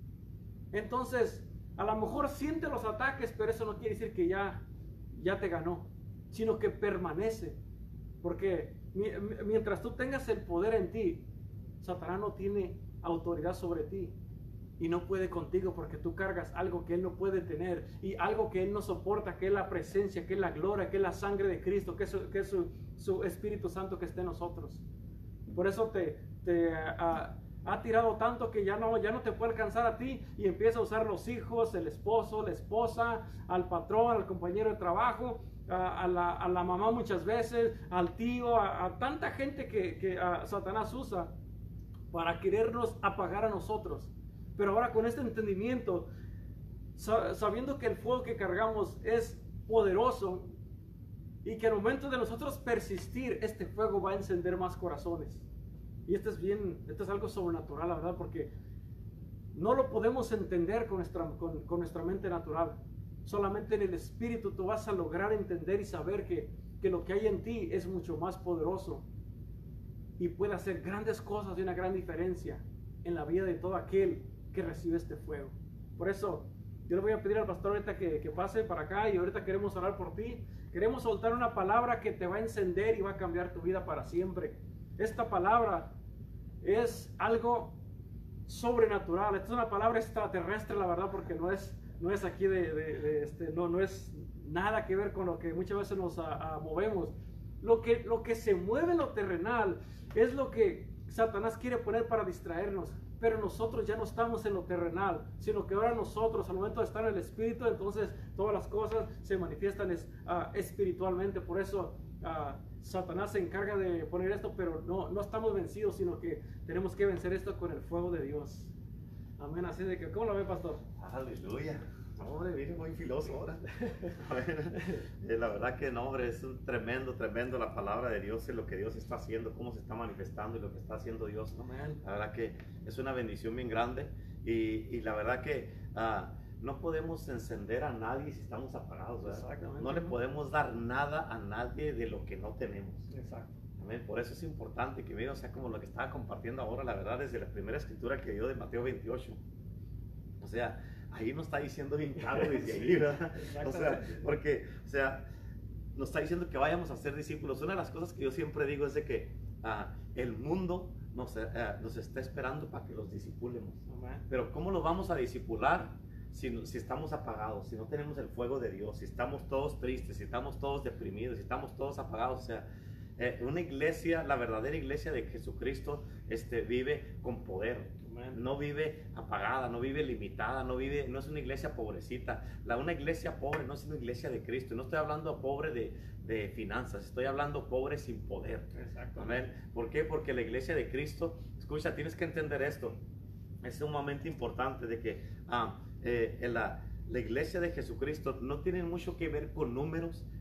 [SPEAKER 2] Entonces, a lo mejor siente los ataques, pero eso no quiere decir que ya, ya te ganó, sino que permanece. Porque mientras tú tengas el poder en ti, Satanás no tiene autoridad sobre ti. Y no puede contigo porque tú cargas algo que Él no puede tener y algo que Él no soporta, que es la presencia, que es la gloria, que es la sangre de Cristo, que es su, que es su, su Espíritu Santo que está en nosotros. Por eso te, te uh, ha tirado tanto que ya no, ya no te puede alcanzar a ti y empieza a usar los hijos, el esposo, la esposa, al patrón, al compañero de trabajo, uh, a, la, a la mamá muchas veces, al tío, a, a tanta gente que, que uh, Satanás usa para querernos apagar a nosotros. Pero ahora con este entendimiento, sabiendo que el fuego que cargamos es poderoso y que al momento de nosotros persistir, este fuego va a encender más corazones. Y esto es bien, esto es algo sobrenatural, la verdad, porque no lo podemos entender con nuestra, con, con nuestra mente natural. Solamente en el Espíritu tú vas a lograr entender y saber que, que lo que hay en ti es mucho más poderoso y puede hacer grandes cosas y una gran diferencia en la vida de todo aquel que recibe este fuego. Por eso yo le voy a pedir al pastor ahorita que, que pase para acá y ahorita queremos orar por ti. Queremos soltar una palabra que te va a encender y va a cambiar tu vida para siempre. Esta palabra es algo sobrenatural. Esta es una palabra extraterrestre, la verdad, porque no es, no es aquí de, de, de este, no, no es nada que ver con lo que muchas veces nos a, a movemos. Lo que, lo que se mueve en lo terrenal es lo que Satanás quiere poner para distraernos. Pero nosotros ya no estamos en lo terrenal, sino que ahora nosotros, al momento de estar en el Espíritu, entonces todas las cosas se manifiestan es, uh, espiritualmente. Por eso uh, Satanás se encarga de poner esto, pero no, no estamos vencidos, sino que tenemos que vencer esto con el fuego de Dios. Amén. Así de que, ¿cómo lo ve, pastor?
[SPEAKER 1] Aleluya. No, hombre, viene muy filoso ahora. La verdad que no, hombre, es un tremendo, tremendo la palabra de Dios y lo que Dios está haciendo, cómo se está manifestando y lo que está haciendo Dios.
[SPEAKER 2] Amén.
[SPEAKER 1] La verdad que es una bendición bien grande y, y la verdad que uh, no podemos encender a nadie si estamos apagados, ¿verdad?
[SPEAKER 2] Exactamente.
[SPEAKER 1] No le podemos dar nada a nadie de lo que no tenemos.
[SPEAKER 2] Exacto.
[SPEAKER 1] Amén. Por eso es importante que, mira, o sea, como lo que estaba compartiendo ahora, la verdad, desde la primera escritura que dio de Mateo veintiocho. O sea, ahí nos está diciendo bien claro desde ahí, ¿verdad? O sea, porque, o sea, nos está diciendo que vayamos a ser discípulos. Una de las cosas que yo siempre digo es de que uh, el mundo nos, uh, nos está esperando para que los discipulemos.
[SPEAKER 2] Amén.
[SPEAKER 1] Pero ¿cómo los vamos a discipular si, si estamos apagados, si no tenemos el fuego de Dios, si estamos todos tristes, si estamos todos deprimidos, si estamos todos apagados? O sea, eh, una iglesia, la verdadera iglesia de Jesucristo, este, vive con poder. No vive apagada, no vive limitada, no vive, no es una iglesia pobrecita. La, una iglesia pobre no es una iglesia de Cristo. No estoy hablando pobre de, de finanzas, estoy hablando pobre sin poder.
[SPEAKER 2] Exacto.
[SPEAKER 1] Amén. ¿Por qué? Porque la iglesia de Cristo, escucha, tienes que entender esto. Es sumamente importante de que ah, eh, en la, la iglesia de Jesucristo no tiene mucho que ver con números,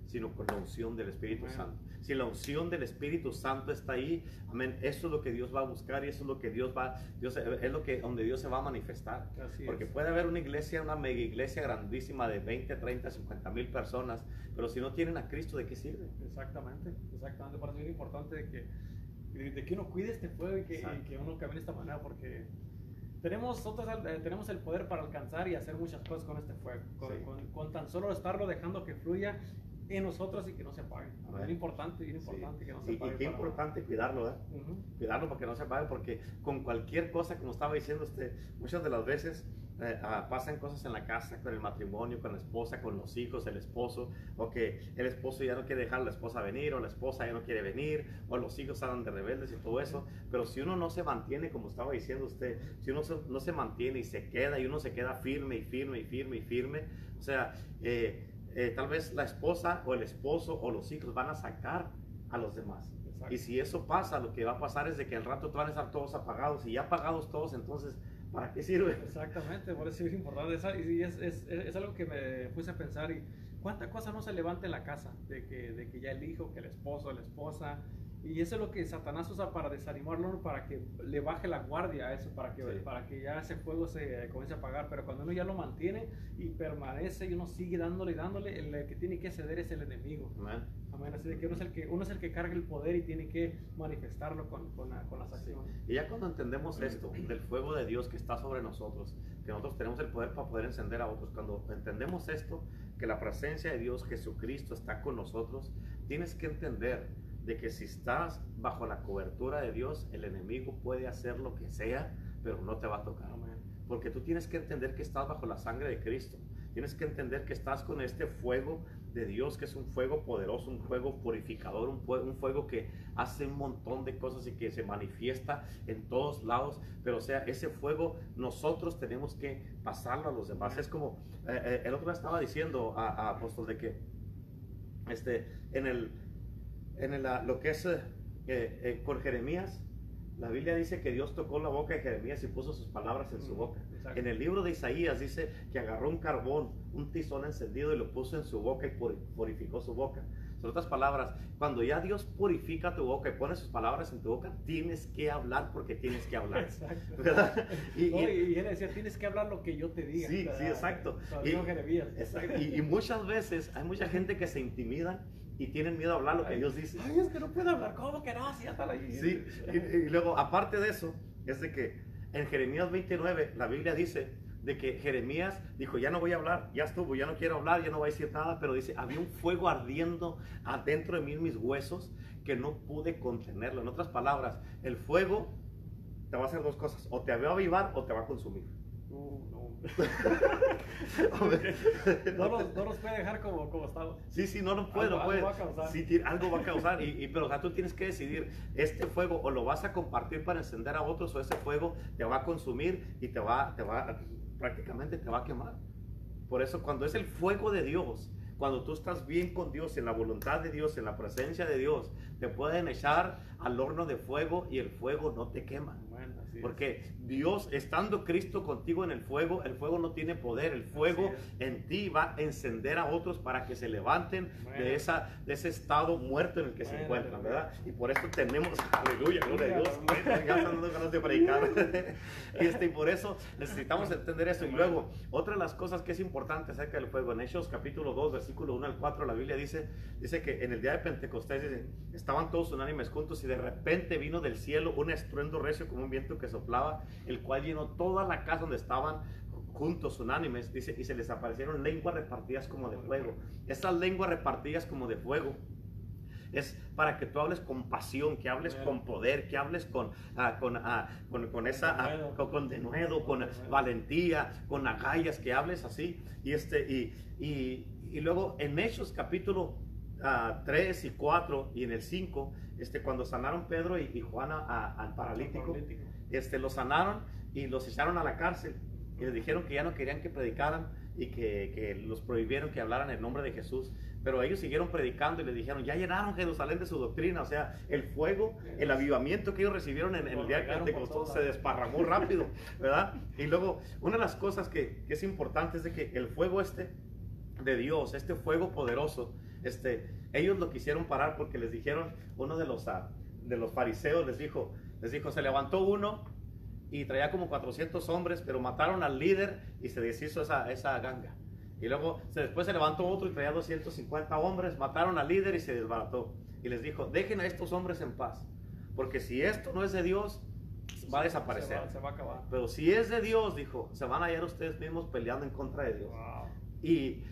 [SPEAKER 1] sino con la unción del Espíritu
[SPEAKER 2] Amén.
[SPEAKER 1] Santo. Si la unción del Espíritu Santo está ahí, amén, eso es lo que Dios va a buscar y eso es lo que Dios va, Dios, es lo que, donde Dios se va a manifestar.
[SPEAKER 2] Así
[SPEAKER 1] Porque
[SPEAKER 2] es.
[SPEAKER 1] puede haber una iglesia, una mega iglesia grandísima de veinte, treinta, cincuenta mil personas, pero si no tienen a Cristo, ¿de qué sirve?
[SPEAKER 2] Exactamente, exactamente. Por eso es bien importante de que, de, de que uno cuide este fuego y que, y que uno camine de esta manera, porque tenemos, nosotros, eh, tenemos el poder para alcanzar y hacer muchas cosas con este fuego, con,
[SPEAKER 1] Sí.
[SPEAKER 2] con, con tan solo estarlo dejando que fluya en nosotros y que no se apague.
[SPEAKER 1] Amén.
[SPEAKER 2] Es bien importante, bien importante
[SPEAKER 1] Sí.
[SPEAKER 2] que no se
[SPEAKER 1] Y,
[SPEAKER 2] apague.
[SPEAKER 1] y qué
[SPEAKER 2] para-
[SPEAKER 1] importante cuidarlo, ¿eh?
[SPEAKER 2] Ujú.
[SPEAKER 1] Cuidarlo para que no se apague, porque con cualquier cosa, como estaba diciendo usted, muchas de las veces eh, ah, pasan cosas en la casa, con el matrimonio, con la esposa, con los hijos, el esposo, o que el esposo ya no quiere dejar a la esposa venir, o la esposa ya no quiere venir, o los hijos salen de rebeldes y todo eso. Pero si uno no se mantiene, como estaba diciendo usted, si uno se- no se mantiene y se queda, y uno se queda firme y firme y firme y firme, o sea, eh, eh, tal vez la esposa o el esposo o los hijos van a sacar a los demás.
[SPEAKER 2] Exacto.
[SPEAKER 1] Y si eso pasa, lo que va a pasar es de que al rato van a estar todos apagados, y ya apagados todos, entonces, ¿para qué sirve?
[SPEAKER 2] Exactamente, por eso es importante. Esa- y es, es, es, es algo que me puse a pensar. Y cuánta cosa no se levanta en la casa, de que, de que ya el hijo, que el esposo, la esposa. Y eso es lo que Satanás usa para desanimarlo, para que le baje la guardia a eso, para que,
[SPEAKER 1] Sí.
[SPEAKER 2] para que ya ese fuego se comience a apagar. Pero cuando uno ya lo mantiene y permanece y uno sigue dándole y dándole, el que tiene que ceder es el enemigo.
[SPEAKER 1] Amén.
[SPEAKER 2] Amén. Así de que uno es el que, uno es el que carga el poder y tiene que manifestarlo con, con, la- con las acciones.
[SPEAKER 1] Y ya cuando entendemos esto, del fuego de Dios que está sobre nosotros, que nosotros tenemos el poder para poder encender a otros, cuando entendemos esto, que la presencia de Dios, Jesucristo, está con nosotros, tienes que entender de que si estás bajo la cobertura de Dios, el enemigo puede hacer lo que sea, pero no te va a tocar.
[SPEAKER 2] Amén.
[SPEAKER 1] Porque tú tienes que entender que estás bajo la sangre de Cristo. Tienes que entender que estás con este fuego de Dios, que es un fuego poderoso, un fuego purificador, un, fue- un fuego que hace un montón de cosas y que se manifiesta en todos lados. Pero o sea, ese fuego nosotros tenemos que pasarlo a los demás. Es como, eh, eh, el otro día estaba diciendo a, a Apóstol de que este, en, el, en el, ah, lo que es eh, eh, eh, con Jeremías, la Biblia dice que Dios tocó la boca de Jeremías y puso sus palabras en su
[SPEAKER 2] Mm,
[SPEAKER 1] boca.
[SPEAKER 2] exacto.
[SPEAKER 1] En el libro de Isaías dice que agarró un carbón, un tizón encendido y lo puso en su boca y puri- purificó su boca. En otras palabras, cuando ya Dios purifica tu boca y pone sus palabras en tu boca, tienes que hablar porque tienes que hablar.
[SPEAKER 2] Exacto.
[SPEAKER 1] ¿Verdad? Y,
[SPEAKER 2] No,
[SPEAKER 1] y-
[SPEAKER 2] y, y él decía, tienes que hablar lo que yo te diga.
[SPEAKER 1] Sí,
[SPEAKER 2] ¿verdad?
[SPEAKER 1] sí, exacto.
[SPEAKER 2] Cuando
[SPEAKER 1] Y-
[SPEAKER 2] dijo Jeremías.
[SPEAKER 1] exacto. Y, y muchas veces hay mucha gente que se intimida y tienen miedo a hablar lo que
[SPEAKER 2] Ay,
[SPEAKER 1] Dios dice.
[SPEAKER 2] Ay, es que no puedo hablar. ¿Cómo que no? Si ya está ahí.
[SPEAKER 1] Sí, y, y luego, aparte de eso, es de que en Jeremías veintinueve, la Biblia dice de que Jeremías dijo, ya no voy a hablar, ya estuvo, ya no quiero hablar, ya no voy a decir nada, pero dice, había un fuego ardiendo adentro de mí, en mis huesos, que no pude contenerlo. En otras palabras, el fuego te va a hacer dos cosas, o te va a avivar o te va a consumir.
[SPEAKER 2] Uh, no.
[SPEAKER 1] A ver,
[SPEAKER 2] No nos, no nos puede dejar como, como estamos.
[SPEAKER 1] Sí, sí, no, no puede,
[SPEAKER 2] Algo-
[SPEAKER 1] no puede.
[SPEAKER 2] algo va a causar.
[SPEAKER 1] Sí, tiene- algo va a causar. Y, y- pero o sea, tú tienes que decidir, este fuego o lo vas a compartir para encender a otros, o ese fuego te va a consumir y te va, te va, prácticamente te va a quemar. Por eso cuando es el fuego de Dios, cuando tú estás bien con Dios, en la voluntad de Dios, en la presencia de Dios, te pueden echar al horno de fuego y el fuego no te quema.
[SPEAKER 2] Bueno, así es.
[SPEAKER 1] Porque Dios, estando Cristo contigo en el fuego, el fuego no tiene poder. El fuego
[SPEAKER 2] Así
[SPEAKER 1] en ti va a encender a otros para que se levanten
[SPEAKER 2] Bueno.
[SPEAKER 1] de, esa, de ese estado muerto en el que se
[SPEAKER 2] Bueno,
[SPEAKER 1] encuentran,
[SPEAKER 2] aleluya.
[SPEAKER 1] ¿verdad? Y por eso tenemos, aleluya, gloria a Dios.
[SPEAKER 2] Aleluya.
[SPEAKER 1] Bueno, ya están dando ganas de predicar. y, este, y por eso necesitamos entender eso. Y luego, otra de las cosas que es importante acerca del fuego, en Hechos capítulo dos, versículo uno al cuatro, la Biblia dice, dice que en el día de Pentecostés dice, estaban todos unánimes juntos y de repente vino del cielo un estruendo recio como un viento que soplaba, el cual llenó toda la casa donde estaban juntos, unánimes, dice, y se les aparecieron lenguas repartidas como de fuego. Esas lenguas repartidas como de fuego es para que tú hables con pasión, que hables
[SPEAKER 2] Bueno.
[SPEAKER 1] con poder, que hables con, ah, con, ah, con, con esa, ah,
[SPEAKER 2] Denuedo.
[SPEAKER 1] con, con denuedo, con
[SPEAKER 2] Denuedo.
[SPEAKER 1] valentía, con agallas, que hables así. Y, este, y, y, y luego en Hechos capítulo ah, tres y cuatro y en el cinco, este, cuando sanaron Pedro y, y Juan a- a- al paralítico,
[SPEAKER 2] Paralítico.
[SPEAKER 1] este, los sanaron y los echaron a la cárcel y les dijeron que ya no querían que predicaran y que, que los prohibieron que hablaran el nombre de Jesús, pero ellos siguieron predicando y les dijeron, ya llenaron Jerusalén de su doctrina. O sea, el fuego, el avivamiento que ellos recibieron en, en el día de
[SPEAKER 2] Regaron por
[SPEAKER 1] Pentecostés
[SPEAKER 2] todos
[SPEAKER 1] se
[SPEAKER 2] lados.
[SPEAKER 1] desparramó rápido, ¿verdad? Y luego, una de las cosas que, que es importante es de que el fuego este de Dios, este fuego poderoso, este, ellos lo quisieron parar porque les dijeron, uno de los, uh, de los fariseos les dijo, les dijo, se levantó uno y traía como cuatrocientos hombres, pero mataron al líder y se deshizo esa, esa ganga. Y luego se, después se levantó otro y traía doscientos cincuenta hombres, mataron al líder y se desbarató. Y les dijo, dejen a estos hombres en paz, porque si esto no es de Dios, va a desaparecer.
[SPEAKER 2] Se va, se va a acabar.
[SPEAKER 1] Pero si es de Dios, dijo, se van a hallar ustedes mismos peleando en contra de Dios.
[SPEAKER 2] Wow.
[SPEAKER 1] Y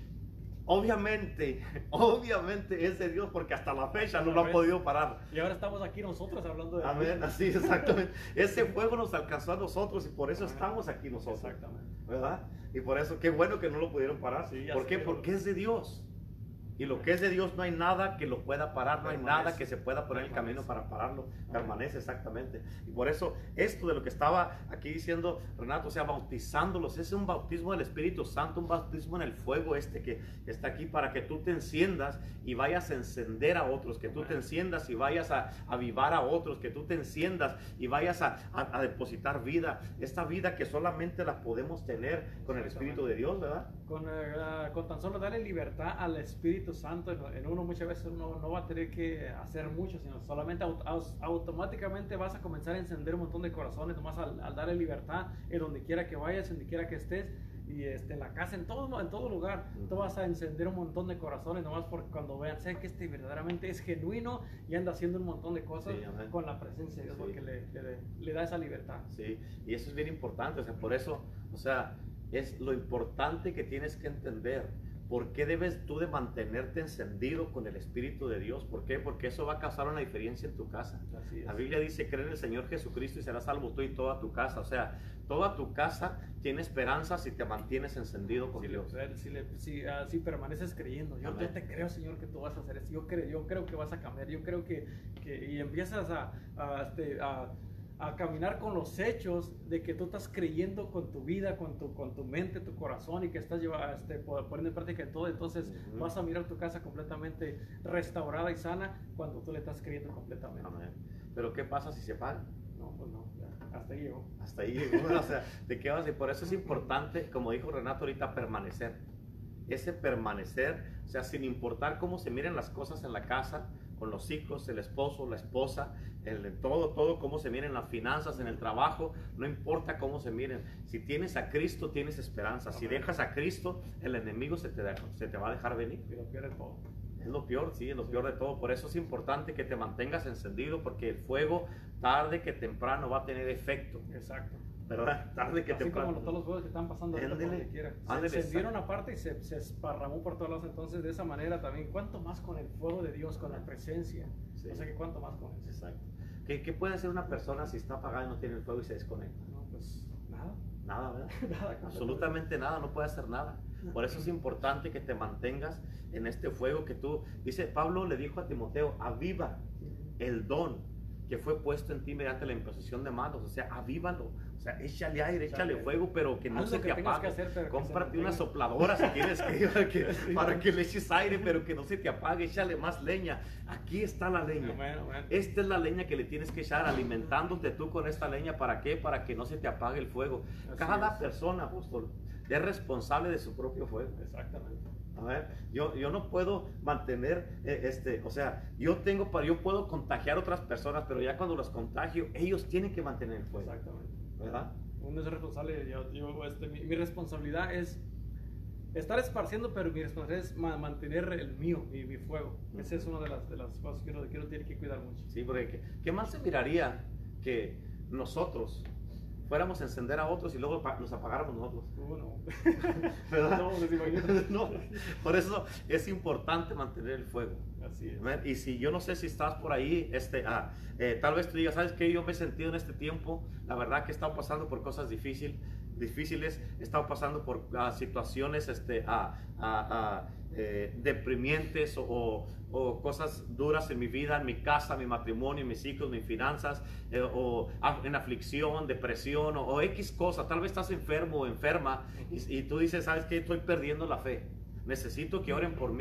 [SPEAKER 1] obviamente, obviamente es de Dios, porque hasta la fecha no lo han podido parar.
[SPEAKER 2] Y ahora estamos aquí nosotros hablando de
[SPEAKER 1] Amén,
[SPEAKER 2] Dios.
[SPEAKER 1] así exactamente. Ese fuego nos alcanzó a nosotros y por eso estamos aquí nosotros.
[SPEAKER 2] Exactamente.
[SPEAKER 1] ¿Verdad? Y por eso, qué bueno que no lo pudieron parar.
[SPEAKER 2] Sí, ya
[SPEAKER 1] ¿Por qué?
[SPEAKER 2] sé,
[SPEAKER 1] Porque es de Dios. Y lo que es de Dios no hay nada que lo pueda parar, no hay
[SPEAKER 2] Permanece.
[SPEAKER 1] nada que se pueda poner en el camino
[SPEAKER 2] Permanece.
[SPEAKER 1] para pararlo.
[SPEAKER 2] Amén.
[SPEAKER 1] Permanece exactamente. Y por eso esto de lo que estaba aquí diciendo Renato, o sea, bautizándolos, es un bautismo del Espíritu Santo, un bautismo en el fuego este que está aquí para que tú te enciendas y vayas a encender a otros, que tú te enciendas y vayas a avivar a otros, que tú te enciendas y vayas a, a, a depositar vida, esta vida que solamente la podemos tener con el Espíritu de Dios, ¿verdad?
[SPEAKER 2] Con, uh, con tan solo darle libertad al Espíritu Santo en, en uno, muchas veces uno no va a tener que hacer mucho, sino solamente aut aus, automáticamente vas a comenzar a encender un montón de corazones, nomás al, al darle libertad en donde quiera que vayas, en donde quiera que estés, y este, en la casa, en todo, en todo lugar, uh-huh. Tú vas a encender un montón de corazones, nomás porque cuando vean, sé que este verdaderamente es genuino y anda haciendo un montón de cosas sí, con la presencia de Dios, sí. Porque le, le, le da esa libertad.
[SPEAKER 1] Sí, y eso es bien importante, o sea, por eso, o sea, es lo importante que tienes que entender. ¿Por qué debes tú de mantenerte encendido con el Espíritu de Dios? ¿Por qué? Porque eso va a causar una diferencia en tu casa.
[SPEAKER 2] Así es.
[SPEAKER 1] La Biblia dice, cree en el Señor Jesucristo y serás salvo tú y toda tu casa. O sea, toda tu casa tiene esperanza si te mantienes encendido con
[SPEAKER 2] si
[SPEAKER 1] Dios.
[SPEAKER 2] Le, si, le, si, uh, si permaneces creyendo. Yo, yo te creo, Señor, que tú vas a hacer eso. Yo creo, yo creo que vas a cambiar. Yo creo que, que y empiezas a... a, este, a a caminar con los hechos de que tú estás creyendo con tu vida, con tu, con tu mente, tu corazón y que estás lleva, este, poniendo en práctica en todo. Entonces uh-huh. Vas a mirar tu casa completamente restaurada y sana cuando tú le estás creyendo completamente.
[SPEAKER 1] Amén. Pero ¿qué pasa si se apaga?
[SPEAKER 2] No, pues no, ya, hasta ahí llegó.
[SPEAKER 1] Hasta ahí llegó, o sea, te quedas y por eso es importante, como dijo Renato ahorita, permanecer. Ese permanecer, o sea, sin importar cómo se miren las cosas en la casa, con los hijos, el esposo, la esposa, el, todo, todo, cómo se miren las finanzas, en el trabajo, no importa cómo se miren. Si tienes a Cristo, tienes esperanza. Si dejas a Cristo, el enemigo se te, deja, se te va a dejar venir.
[SPEAKER 2] Y lo pierde todo.
[SPEAKER 1] Es lo peor, sí, es lo peor de todo. Por eso es importante que te mantengas encendido, porque el fuego, tarde que temprano, va a tener efecto.
[SPEAKER 2] Exacto.
[SPEAKER 1] ¿Verdad? Tarde que
[SPEAKER 2] Así
[SPEAKER 1] temprano.
[SPEAKER 2] como todos los fuegos que están pasando ahorita por donde quiera. Se, se encendieron aparte y se, se esparramó por todos lados. Entonces, de esa manera también, ¿cuánto más con el fuego de Dios, con la presencia? Sí. O sea, que ¿cuánto más con eso?
[SPEAKER 1] Exacto. ¿Qué, ¿Qué puede hacer una persona si está apagada y no tiene el fuego y se desconecta?
[SPEAKER 2] No, pues nada.
[SPEAKER 1] Nada, ¿verdad?
[SPEAKER 2] Nada,
[SPEAKER 1] absolutamente nada, no puede hacer nada. Por eso es importante que te mantengas en este fuego que tú, dice Pablo le dijo a Timoteo, aviva el don que fue puesto en ti mediante la imposición de manos, o sea, avívalo, o sea, échale aire, échale fuego, pero que no
[SPEAKER 2] Haz
[SPEAKER 1] se
[SPEAKER 2] lo
[SPEAKER 1] te
[SPEAKER 2] que tengas
[SPEAKER 1] apague.
[SPEAKER 2] que hacer, pero que
[SPEAKER 1] Cómprate
[SPEAKER 2] se
[SPEAKER 1] una
[SPEAKER 2] mantenga.
[SPEAKER 1] sopladora si tienes que, para que, para que le eches aire, pero que no se te apague, échale más leña. Aquí está la leña.
[SPEAKER 2] Amén, amén.
[SPEAKER 1] Esta es la leña que le tienes que echar, alimentándote tú con esta leña. ¿Para qué? Para que no se te apague el fuego.
[SPEAKER 2] Así
[SPEAKER 1] Cada
[SPEAKER 2] es.
[SPEAKER 1] persona, apóstol, es responsable de su propio fuego.
[SPEAKER 2] Exactamente.
[SPEAKER 1] A ver, yo, yo no puedo mantener, eh, este, o sea, yo tengo para, yo puedo contagiar a otras personas, pero ya cuando los contagio, ellos tienen que mantener el fuego.
[SPEAKER 2] Exactamente.
[SPEAKER 1] ¿Verdad?
[SPEAKER 2] Uno es responsable, yo, yo, este, mi, mi responsabilidad es estar esparciendo, pero mi responsabilidad es ma mantener el mío, mi, mi fuego. Uh-huh. Esa es una de las, de las cosas que uno, que uno tiene que cuidar mucho.
[SPEAKER 1] Sí, porque ¿qué, qué más se miraría que nosotros fuéramos a encender a otros y luego nos apagáramos nosotros?
[SPEAKER 2] Uh, no.
[SPEAKER 1] ¿Verdad?
[SPEAKER 2] No, les imagino.
[SPEAKER 1] No, por eso es importante mantener el fuego.
[SPEAKER 2] Así es.
[SPEAKER 1] Y si yo no sé si estás por ahí, este, ah, eh, tal vez tú digas, ¿sabes qué? Yo me he sentido en este tiempo, la verdad que he estado pasando por cosas difícil, difíciles, he estado pasando por uh, situaciones este, uh, uh, uh, eh, deprimientes o, o, o cosas duras en mi vida, en mi casa, mi matrimonio, mis hijos, mis finanzas, eh, o uh, en aflicción, depresión o, o X cosa. Tal vez estás enfermo o enferma y, y tú dices, ¿sabes qué? Estoy perdiendo la fe. Necesito que oren por mí.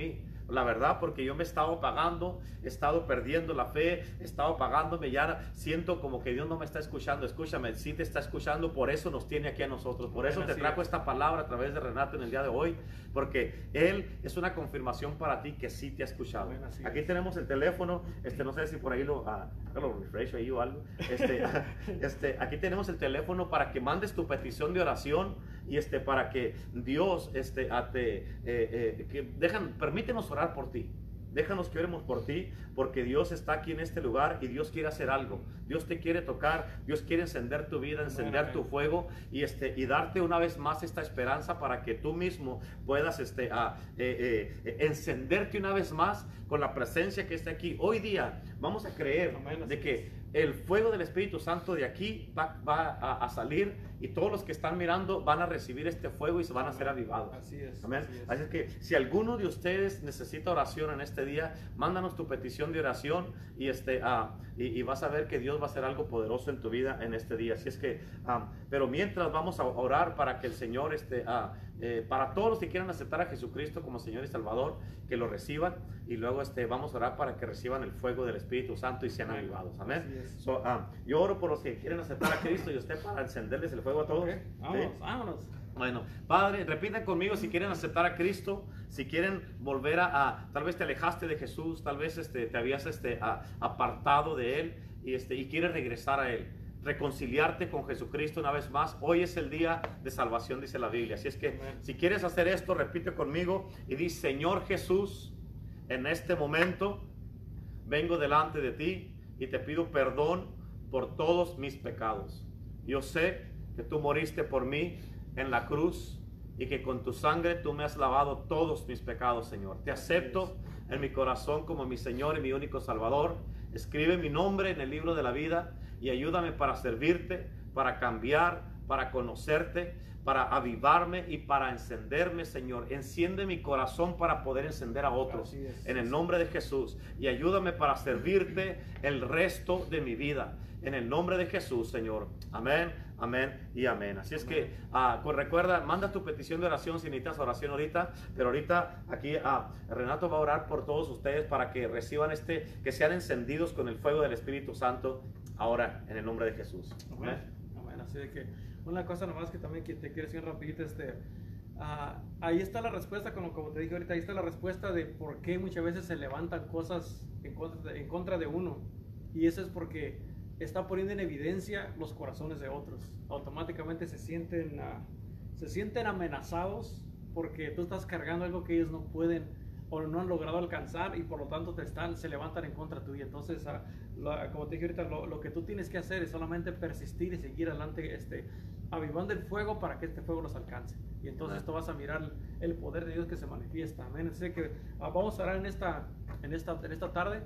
[SPEAKER 1] la verdad, porque yo me he estado apagando, he estado perdiendo la fe, he estado apagándome, ya siento como que Dios no me está escuchando. Escúchame, sí te está escuchando, por eso nos tiene aquí a nosotros, por eso te trajo esta palabra a través de Renato en el día de hoy, porque Él es una confirmación para ti que sí te ha escuchado. Aquí tenemos el teléfono, este, no sé si por ahí lo, uh, lo refresh ahí o algo, este, este, aquí tenemos el teléfono para que mandes tu petición de oración y este, para que Dios este, a te, eh, eh, que dejan, permítenos orar por ti. Déjanos que oremos por ti, porque Dios está aquí en este lugar y Dios quiere hacer algo. Dios te quiere tocar, Dios quiere encender tu vida, encender bueno, tu fuego y, este, y darte una vez más esta esperanza para que tú mismo puedas este, a, eh, eh, encenderte una vez más con la presencia que está aquí. Hoy día vamos a creer Amén, de que el fuego del Espíritu Santo de aquí va, va a, a salir y todos los que están mirando van a recibir este fuego y se van a ser avivados.
[SPEAKER 2] Así es.
[SPEAKER 1] Amén.
[SPEAKER 2] Así es.
[SPEAKER 1] Así es que si alguno de ustedes necesita oración en este día, mándanos tu petición de oración y, este, uh, y, y vas a ver que Dios va a hacer algo poderoso en tu vida en este día. Así es que, um, pero mientras vamos a orar para que el Señor, este, uh, eh, para todos los que quieran aceptar a Jesucristo como Señor y Salvador, que lo reciban y luego este, vamos a orar para que reciban el fuego del Espíritu Santo y sean avivados. Amén. So, um, yo oro por los que quieren aceptar a Cristo y usted para encenderles el fuego a todos.
[SPEAKER 2] Okay. Vámonos,
[SPEAKER 1] ¿sí?
[SPEAKER 2] vámonos.
[SPEAKER 1] Bueno, Padre, repiten conmigo si quieren aceptar a Cristo, si quieren volver a, a tal vez te alejaste de Jesús, tal vez este, te habías este, a, apartado de Él y, este, y quieres regresar a Él, reconciliarte con Jesucristo una vez más. Hoy es el día de salvación, dice la Biblia. Así es que Amén. Si quieres hacer esto, repite conmigo y di: Señor Jesús, en este momento vengo delante de ti y te pido perdón por todos mis pecados. Yo sé que tú moriste por mí en la cruz y que con tu sangre tú me has lavado todos mis pecados, Señor. Te acepto en mi corazón como mi Señor y mi único Salvador. Escribe mi nombre en el libro de la vida y ayúdame para servirte, para cambiar, para conocerte, para avivarme y para encenderme, Señor. Enciende mi corazón para poder encender a otros en el nombre de Jesús y ayúdame para servirte el resto de mi vida. En el nombre de Jesús, Señor. Amén, amén y amén. Así es que uh, recuerda, manda tu petición de oración si necesitas oración ahorita. Pero ahorita aquí uh, Renato va a orar por todos ustedes para que reciban este, que sean encendidos con el fuego del Espíritu Santo ahora en el nombre de Jesús.
[SPEAKER 2] Amén. Amén. Así de que una cosa nomás que también que te quiero decir rapidito, este, uh, ahí está la respuesta, como, como te dije ahorita, ahí está la respuesta de por qué muchas veces se levantan cosas en contra de, en contra de uno. Y eso es porque está poniendo en evidencia los corazones de otros. Automáticamente se sienten, uh, se sienten amenazados porque tú estás cargando algo que ellos no pueden o no han logrado alcanzar y por lo tanto te están, se levantan en contra tuya. Entonces, uh, lo, como te dije ahorita, lo, lo que tú tienes que hacer es solamente persistir y seguir adelante, este, avivando el fuego para que este fuego los alcance. Y entonces tú vas a mirar el poder de Dios que se manifiesta. Amén. Así que uh, vamos a orar en esta, en esta, en esta tarde.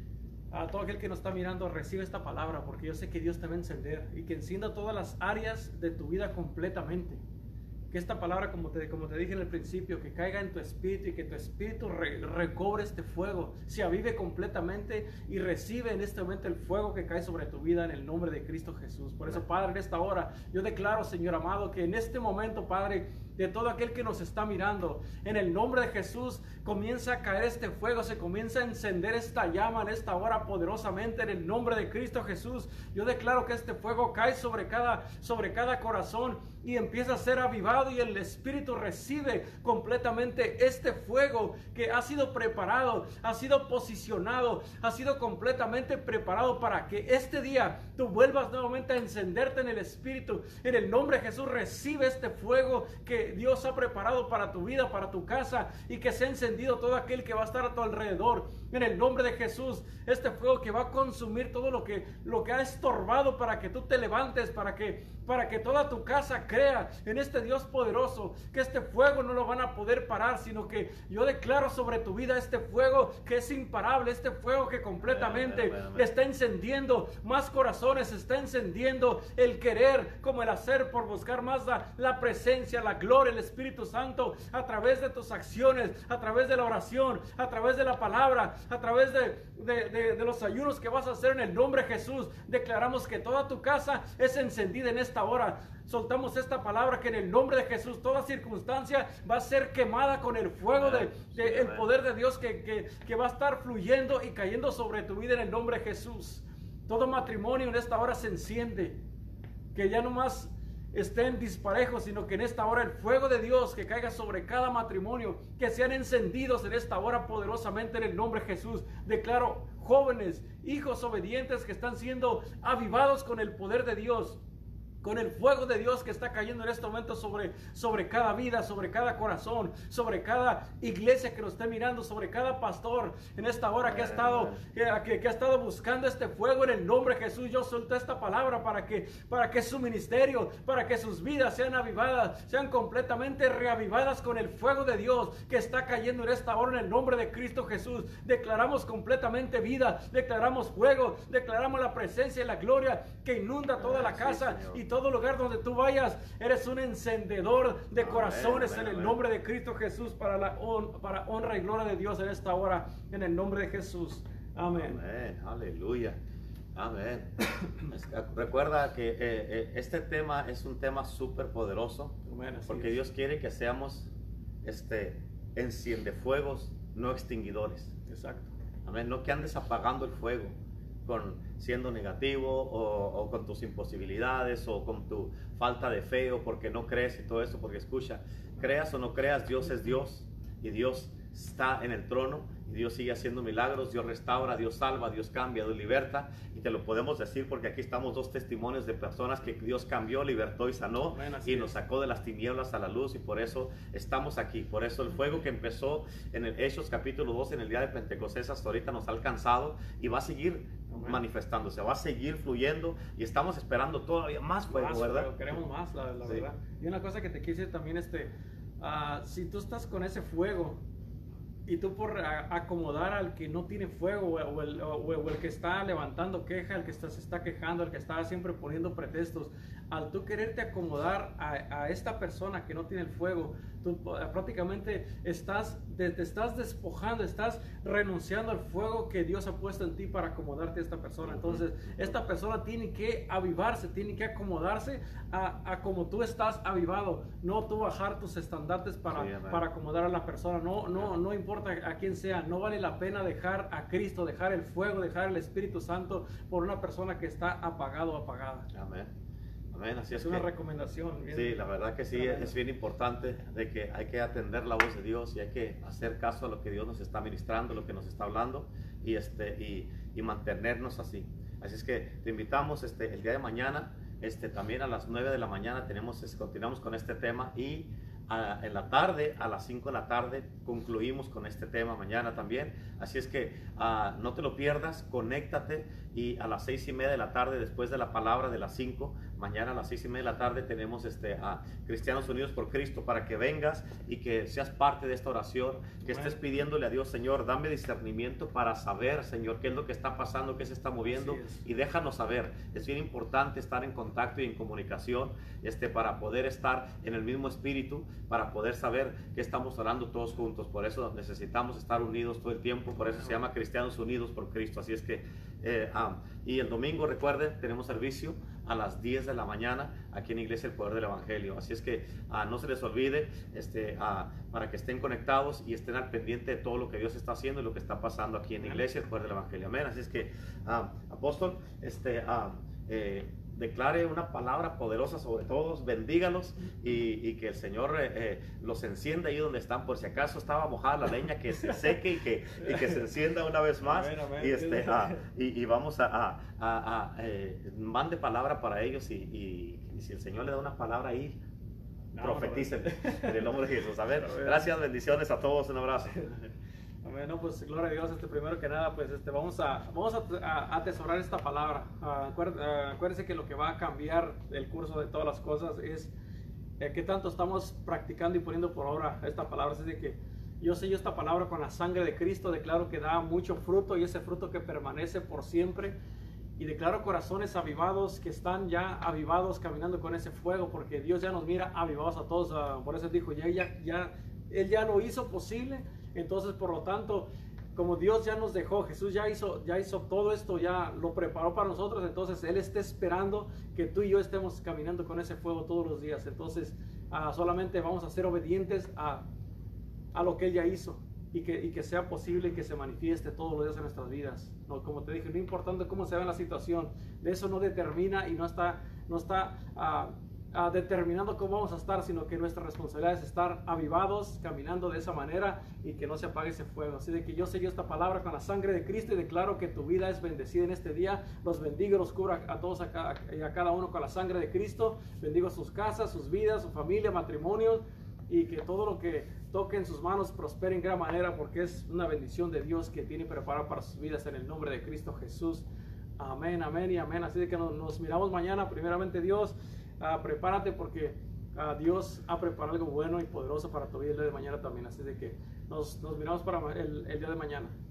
[SPEAKER 2] A todo aquel que nos está mirando, recibe esta palabra, porque yo sé que Dios te va a encender y que encienda todas las áreas de tu vida completamente. Que esta palabra, como te, como te dije en el principio, que caiga en tu espíritu y que tu espíritu re, recobre este fuego, se avive completamente y recibe en este momento el fuego que cae sobre tu vida en el nombre de Cristo Jesús. Por eso, Padre, en esta hora yo declaro, Señor amado, que en este momento, Padre, de todo aquel que nos está mirando, en el nombre de Jesús comienza a caer este fuego, se comienza a encender esta llama en esta hora poderosamente en el nombre de Cristo Jesús. Yo declaro que este fuego cae sobre cada, sobre cada corazón y empieza a ser avivado y el Espíritu recibe completamente este fuego que ha sido preparado, ha sido posicionado, ha sido completamente preparado para que este día tú vuelvas nuevamente a encenderte en el Espíritu. En el nombre de Jesús recibe este fuego que Dios ha preparado para tu vida, para tu casa, y que sea encendido todo aquel que va a estar a tu alrededor. En el nombre de Jesús, este fuego que va a consumir todo lo que, lo que ha estorbado para que tú te levantes, para que, para que toda tu casa crea en este Dios poderoso, que este fuego no lo van a poder parar, sino que yo declaro sobre tu vida este fuego que es imparable, este fuego que completamente amén, amén, amén. está encendiendo más corazones, está encendiendo el querer como el hacer por buscar más la, la presencia, la gloria, el Espíritu Santo a través de tus acciones, a través de la oración, a través de la palabra, a través de, de, de, de los ayunos que vas a hacer en el nombre de Jesús. Declaramos que toda tu casa es encendida en esta hora. Soltamos esta palabra que en el nombre nombre de Jesús, toda circunstancia va a ser quemada con el fuego del de, el poder de Dios que, que, que va a estar fluyendo y cayendo sobre tu vida en el nombre de Jesús. Todo matrimonio en esta hora se enciende, que ya no más estén disparejos, sino que en esta hora el fuego de Dios que caiga sobre cada matrimonio, que sean encendidos en esta hora poderosamente en el nombre de Jesús. Declaro jóvenes, hijos obedientes que están siendo avivados con el poder de Dios, con el fuego de Dios que está cayendo en este momento sobre, sobre cada vida, sobre cada corazón, sobre cada iglesia que nos esté mirando, sobre cada pastor en esta hora que ha estado, que, que ha estado buscando este fuego en el nombre de Jesús. Yo suelto esta palabra para que, para que su ministerio, para que sus vidas sean avivadas, sean completamente reavivadas con el fuego de Dios que está cayendo en esta hora en el nombre de Cristo Jesús. Declaramos completamente vida, declaramos fuego, declaramos la presencia y la gloria que inunda toda la casa y todo todo lugar donde tú vayas. Eres un encendedor de amén, corazones amén, en el amén. nombre de Cristo Jesús, para la hon para honra y gloria de Dios en esta hora, en el nombre de Jesús. Amén.
[SPEAKER 1] Amén. Aleluya. Amén. Recuerda que eh, eh, este tema es un tema súper poderoso, porque Dios quiere que seamos este, enciendefuegos, no extinguidores.
[SPEAKER 2] Exacto.
[SPEAKER 1] Amén. No que andes apagando el fuego con siendo negativo o, o con tus imposibilidades o con tu falta de fe o porque no crees y todo eso, porque escucha, creas o no creas, Dios es Dios y Dios está en el trono y Dios sigue haciendo milagros, Dios restaura, Dios salva, Dios cambia, Dios liberta, y te lo podemos decir porque aquí estamos dos testimonios de personas que Dios cambió, libertó y sanó, bueno, y nos sacó de las tinieblas a la luz, y por eso estamos aquí. Por eso el fuego que empezó en el Hechos capítulo dos en el día de Pentecostés hasta ahorita nos ha alcanzado y va a seguir Amén. manifestándose, va a seguir fluyendo, y estamos esperando todavía más fuego,
[SPEAKER 2] más
[SPEAKER 1] ¿verdad?
[SPEAKER 2] Fuego, queremos más, la, la
[SPEAKER 1] sí.
[SPEAKER 2] verdad. Y una cosa que te quise también, este, uh, si tú estás con ese fuego y tú por acomodar al que no tiene fuego, o el, o, o el que está levantando queja, el que está, se está quejando, el que está siempre poniendo pretextos, al tú quererte acomodar a, a esta persona que no tiene el fuego, tú prácticamente estás, te, te estás despojando, estás renunciando al fuego que Dios ha puesto en ti para acomodarte a esta persona. Entonces, esta persona tiene que avivarse, tiene que acomodarse a, a como tú estás avivado, no tú bajar tus estandartes para, sí, para acomodar a la persona. No, no, no importa a quién sea, no vale la pena dejar a Cristo, dejar el fuego, dejar el Espíritu Santo por una persona que está apagado o apagada.
[SPEAKER 1] Amén. Amén. Así
[SPEAKER 2] es, es una que, recomendación.
[SPEAKER 1] Bien, sí, la verdad que sí, es, es bien importante de que hay que atender la voz de Dios y hay que hacer caso a lo que Dios nos está ministrando, lo que nos está hablando, y, este, y, y mantenernos así. Así es que te invitamos este, el día de mañana, este, también a las nueve de la mañana tenemos, continuamos con este tema, y a, en la tarde, a las cinco de la tarde, concluimos con este tema mañana también. Así es que uh, no te lo pierdas, conéctate, y a las seis y media de la tarde, después de la palabra de las cinco, mañana a las seis y media de la tarde tenemos este, a Cristianos Unidos por Cristo, para que vengas y que seas parte de esta oración, que estés pidiéndole a Dios: Señor, dame discernimiento para saber, Señor, qué es lo que está pasando, qué se está moviendo, y déjanos saber. Es bien importante estar en contacto y en comunicación, este, para poder estar en el mismo espíritu, para poder saber que estamos orando todos juntos. Por eso necesitamos estar unidos todo el tiempo, por eso se llama Cristianos Unidos por Cristo. Así es que eh, um, y el domingo, recuerden, tenemos servicio a las diez de la mañana aquí en Iglesia El Poder del Evangelio. Así es que uh, no se les olvide, este, uh, para que estén conectados y estén al pendiente de todo lo que Dios está haciendo y lo que está pasando aquí en Iglesia El Poder del Evangelio. Amén. Así es que, uh, apóstol, este, uh, eh, declare una palabra poderosa sobre todos, bendígalos, y, y que el Señor eh, eh, los encienda ahí donde están. Por si acaso estaba mojada la leña, que se seque y que, y que se encienda una vez más. Amén, amén. Y, este, ah, y, y vamos a, a, a, a eh, mande palabra para ellos, y, y, y si el Señor le da una palabra ahí, no, profeticen en el nombre de Jesús. A ver, gracias, bendiciones a todos, un abrazo.
[SPEAKER 2] Bueno, pues gloria a Dios. Este, primero que nada, pues este, vamos a vamos a, a atesorar esta palabra. Uh, acuérdense, uh, acuérdense que lo que va a cambiar el curso de todas las cosas es eh, qué tanto estamos practicando y poniendo por obra esta palabra. Así de que yo sello esta palabra con la sangre de Cristo, declaro que da mucho fruto, y ese fruto que permanece por siempre. Y declaro corazones avivados, que están ya avivados, caminando con ese fuego, porque Dios ya nos mira avivados a todos. Uh, por eso dijo, ya, ya, ya, Él ya lo hizo posible. Entonces, por lo tanto, como Dios ya nos dejó, Jesús ya hizo, ya hizo todo esto, ya lo preparó para nosotros. Entonces Él está esperando que tú y yo estemos caminando con ese fuego todos los días. Entonces, uh, solamente vamos a ser obedientes a, a lo que Él ya hizo. Y que, y que sea posible que se manifieste todos los días en nuestras vidas. No, como te dije, no importando cómo se ve la situación, de eso no determina y no está, no está uh, uh, determinando cómo vamos a estar, sino que nuestra responsabilidad es estar avivados, caminando de esa manera y que no se apague ese fuego. Así de que yo sello esta palabra con la sangre de Cristo y declaro que tu vida es bendecida en este día. Los bendigo, los cubro a, a todos a cada, a cada uno con la sangre de Cristo. Bendigo sus casas, sus vidas, su familia, matrimonios, y que todo lo que toque en sus manos prospere en gran manera, porque es una bendición de Dios que tiene preparado para sus vidas en el nombre de Cristo Jesús. Amén, amén y amén. Así de que nos, nos miramos mañana. Primeramente Dios, uh, prepárate porque uh, Dios ha preparado algo bueno y poderoso para tu vida el día de mañana también. Así de que nos, nos miramos para el, el día de mañana.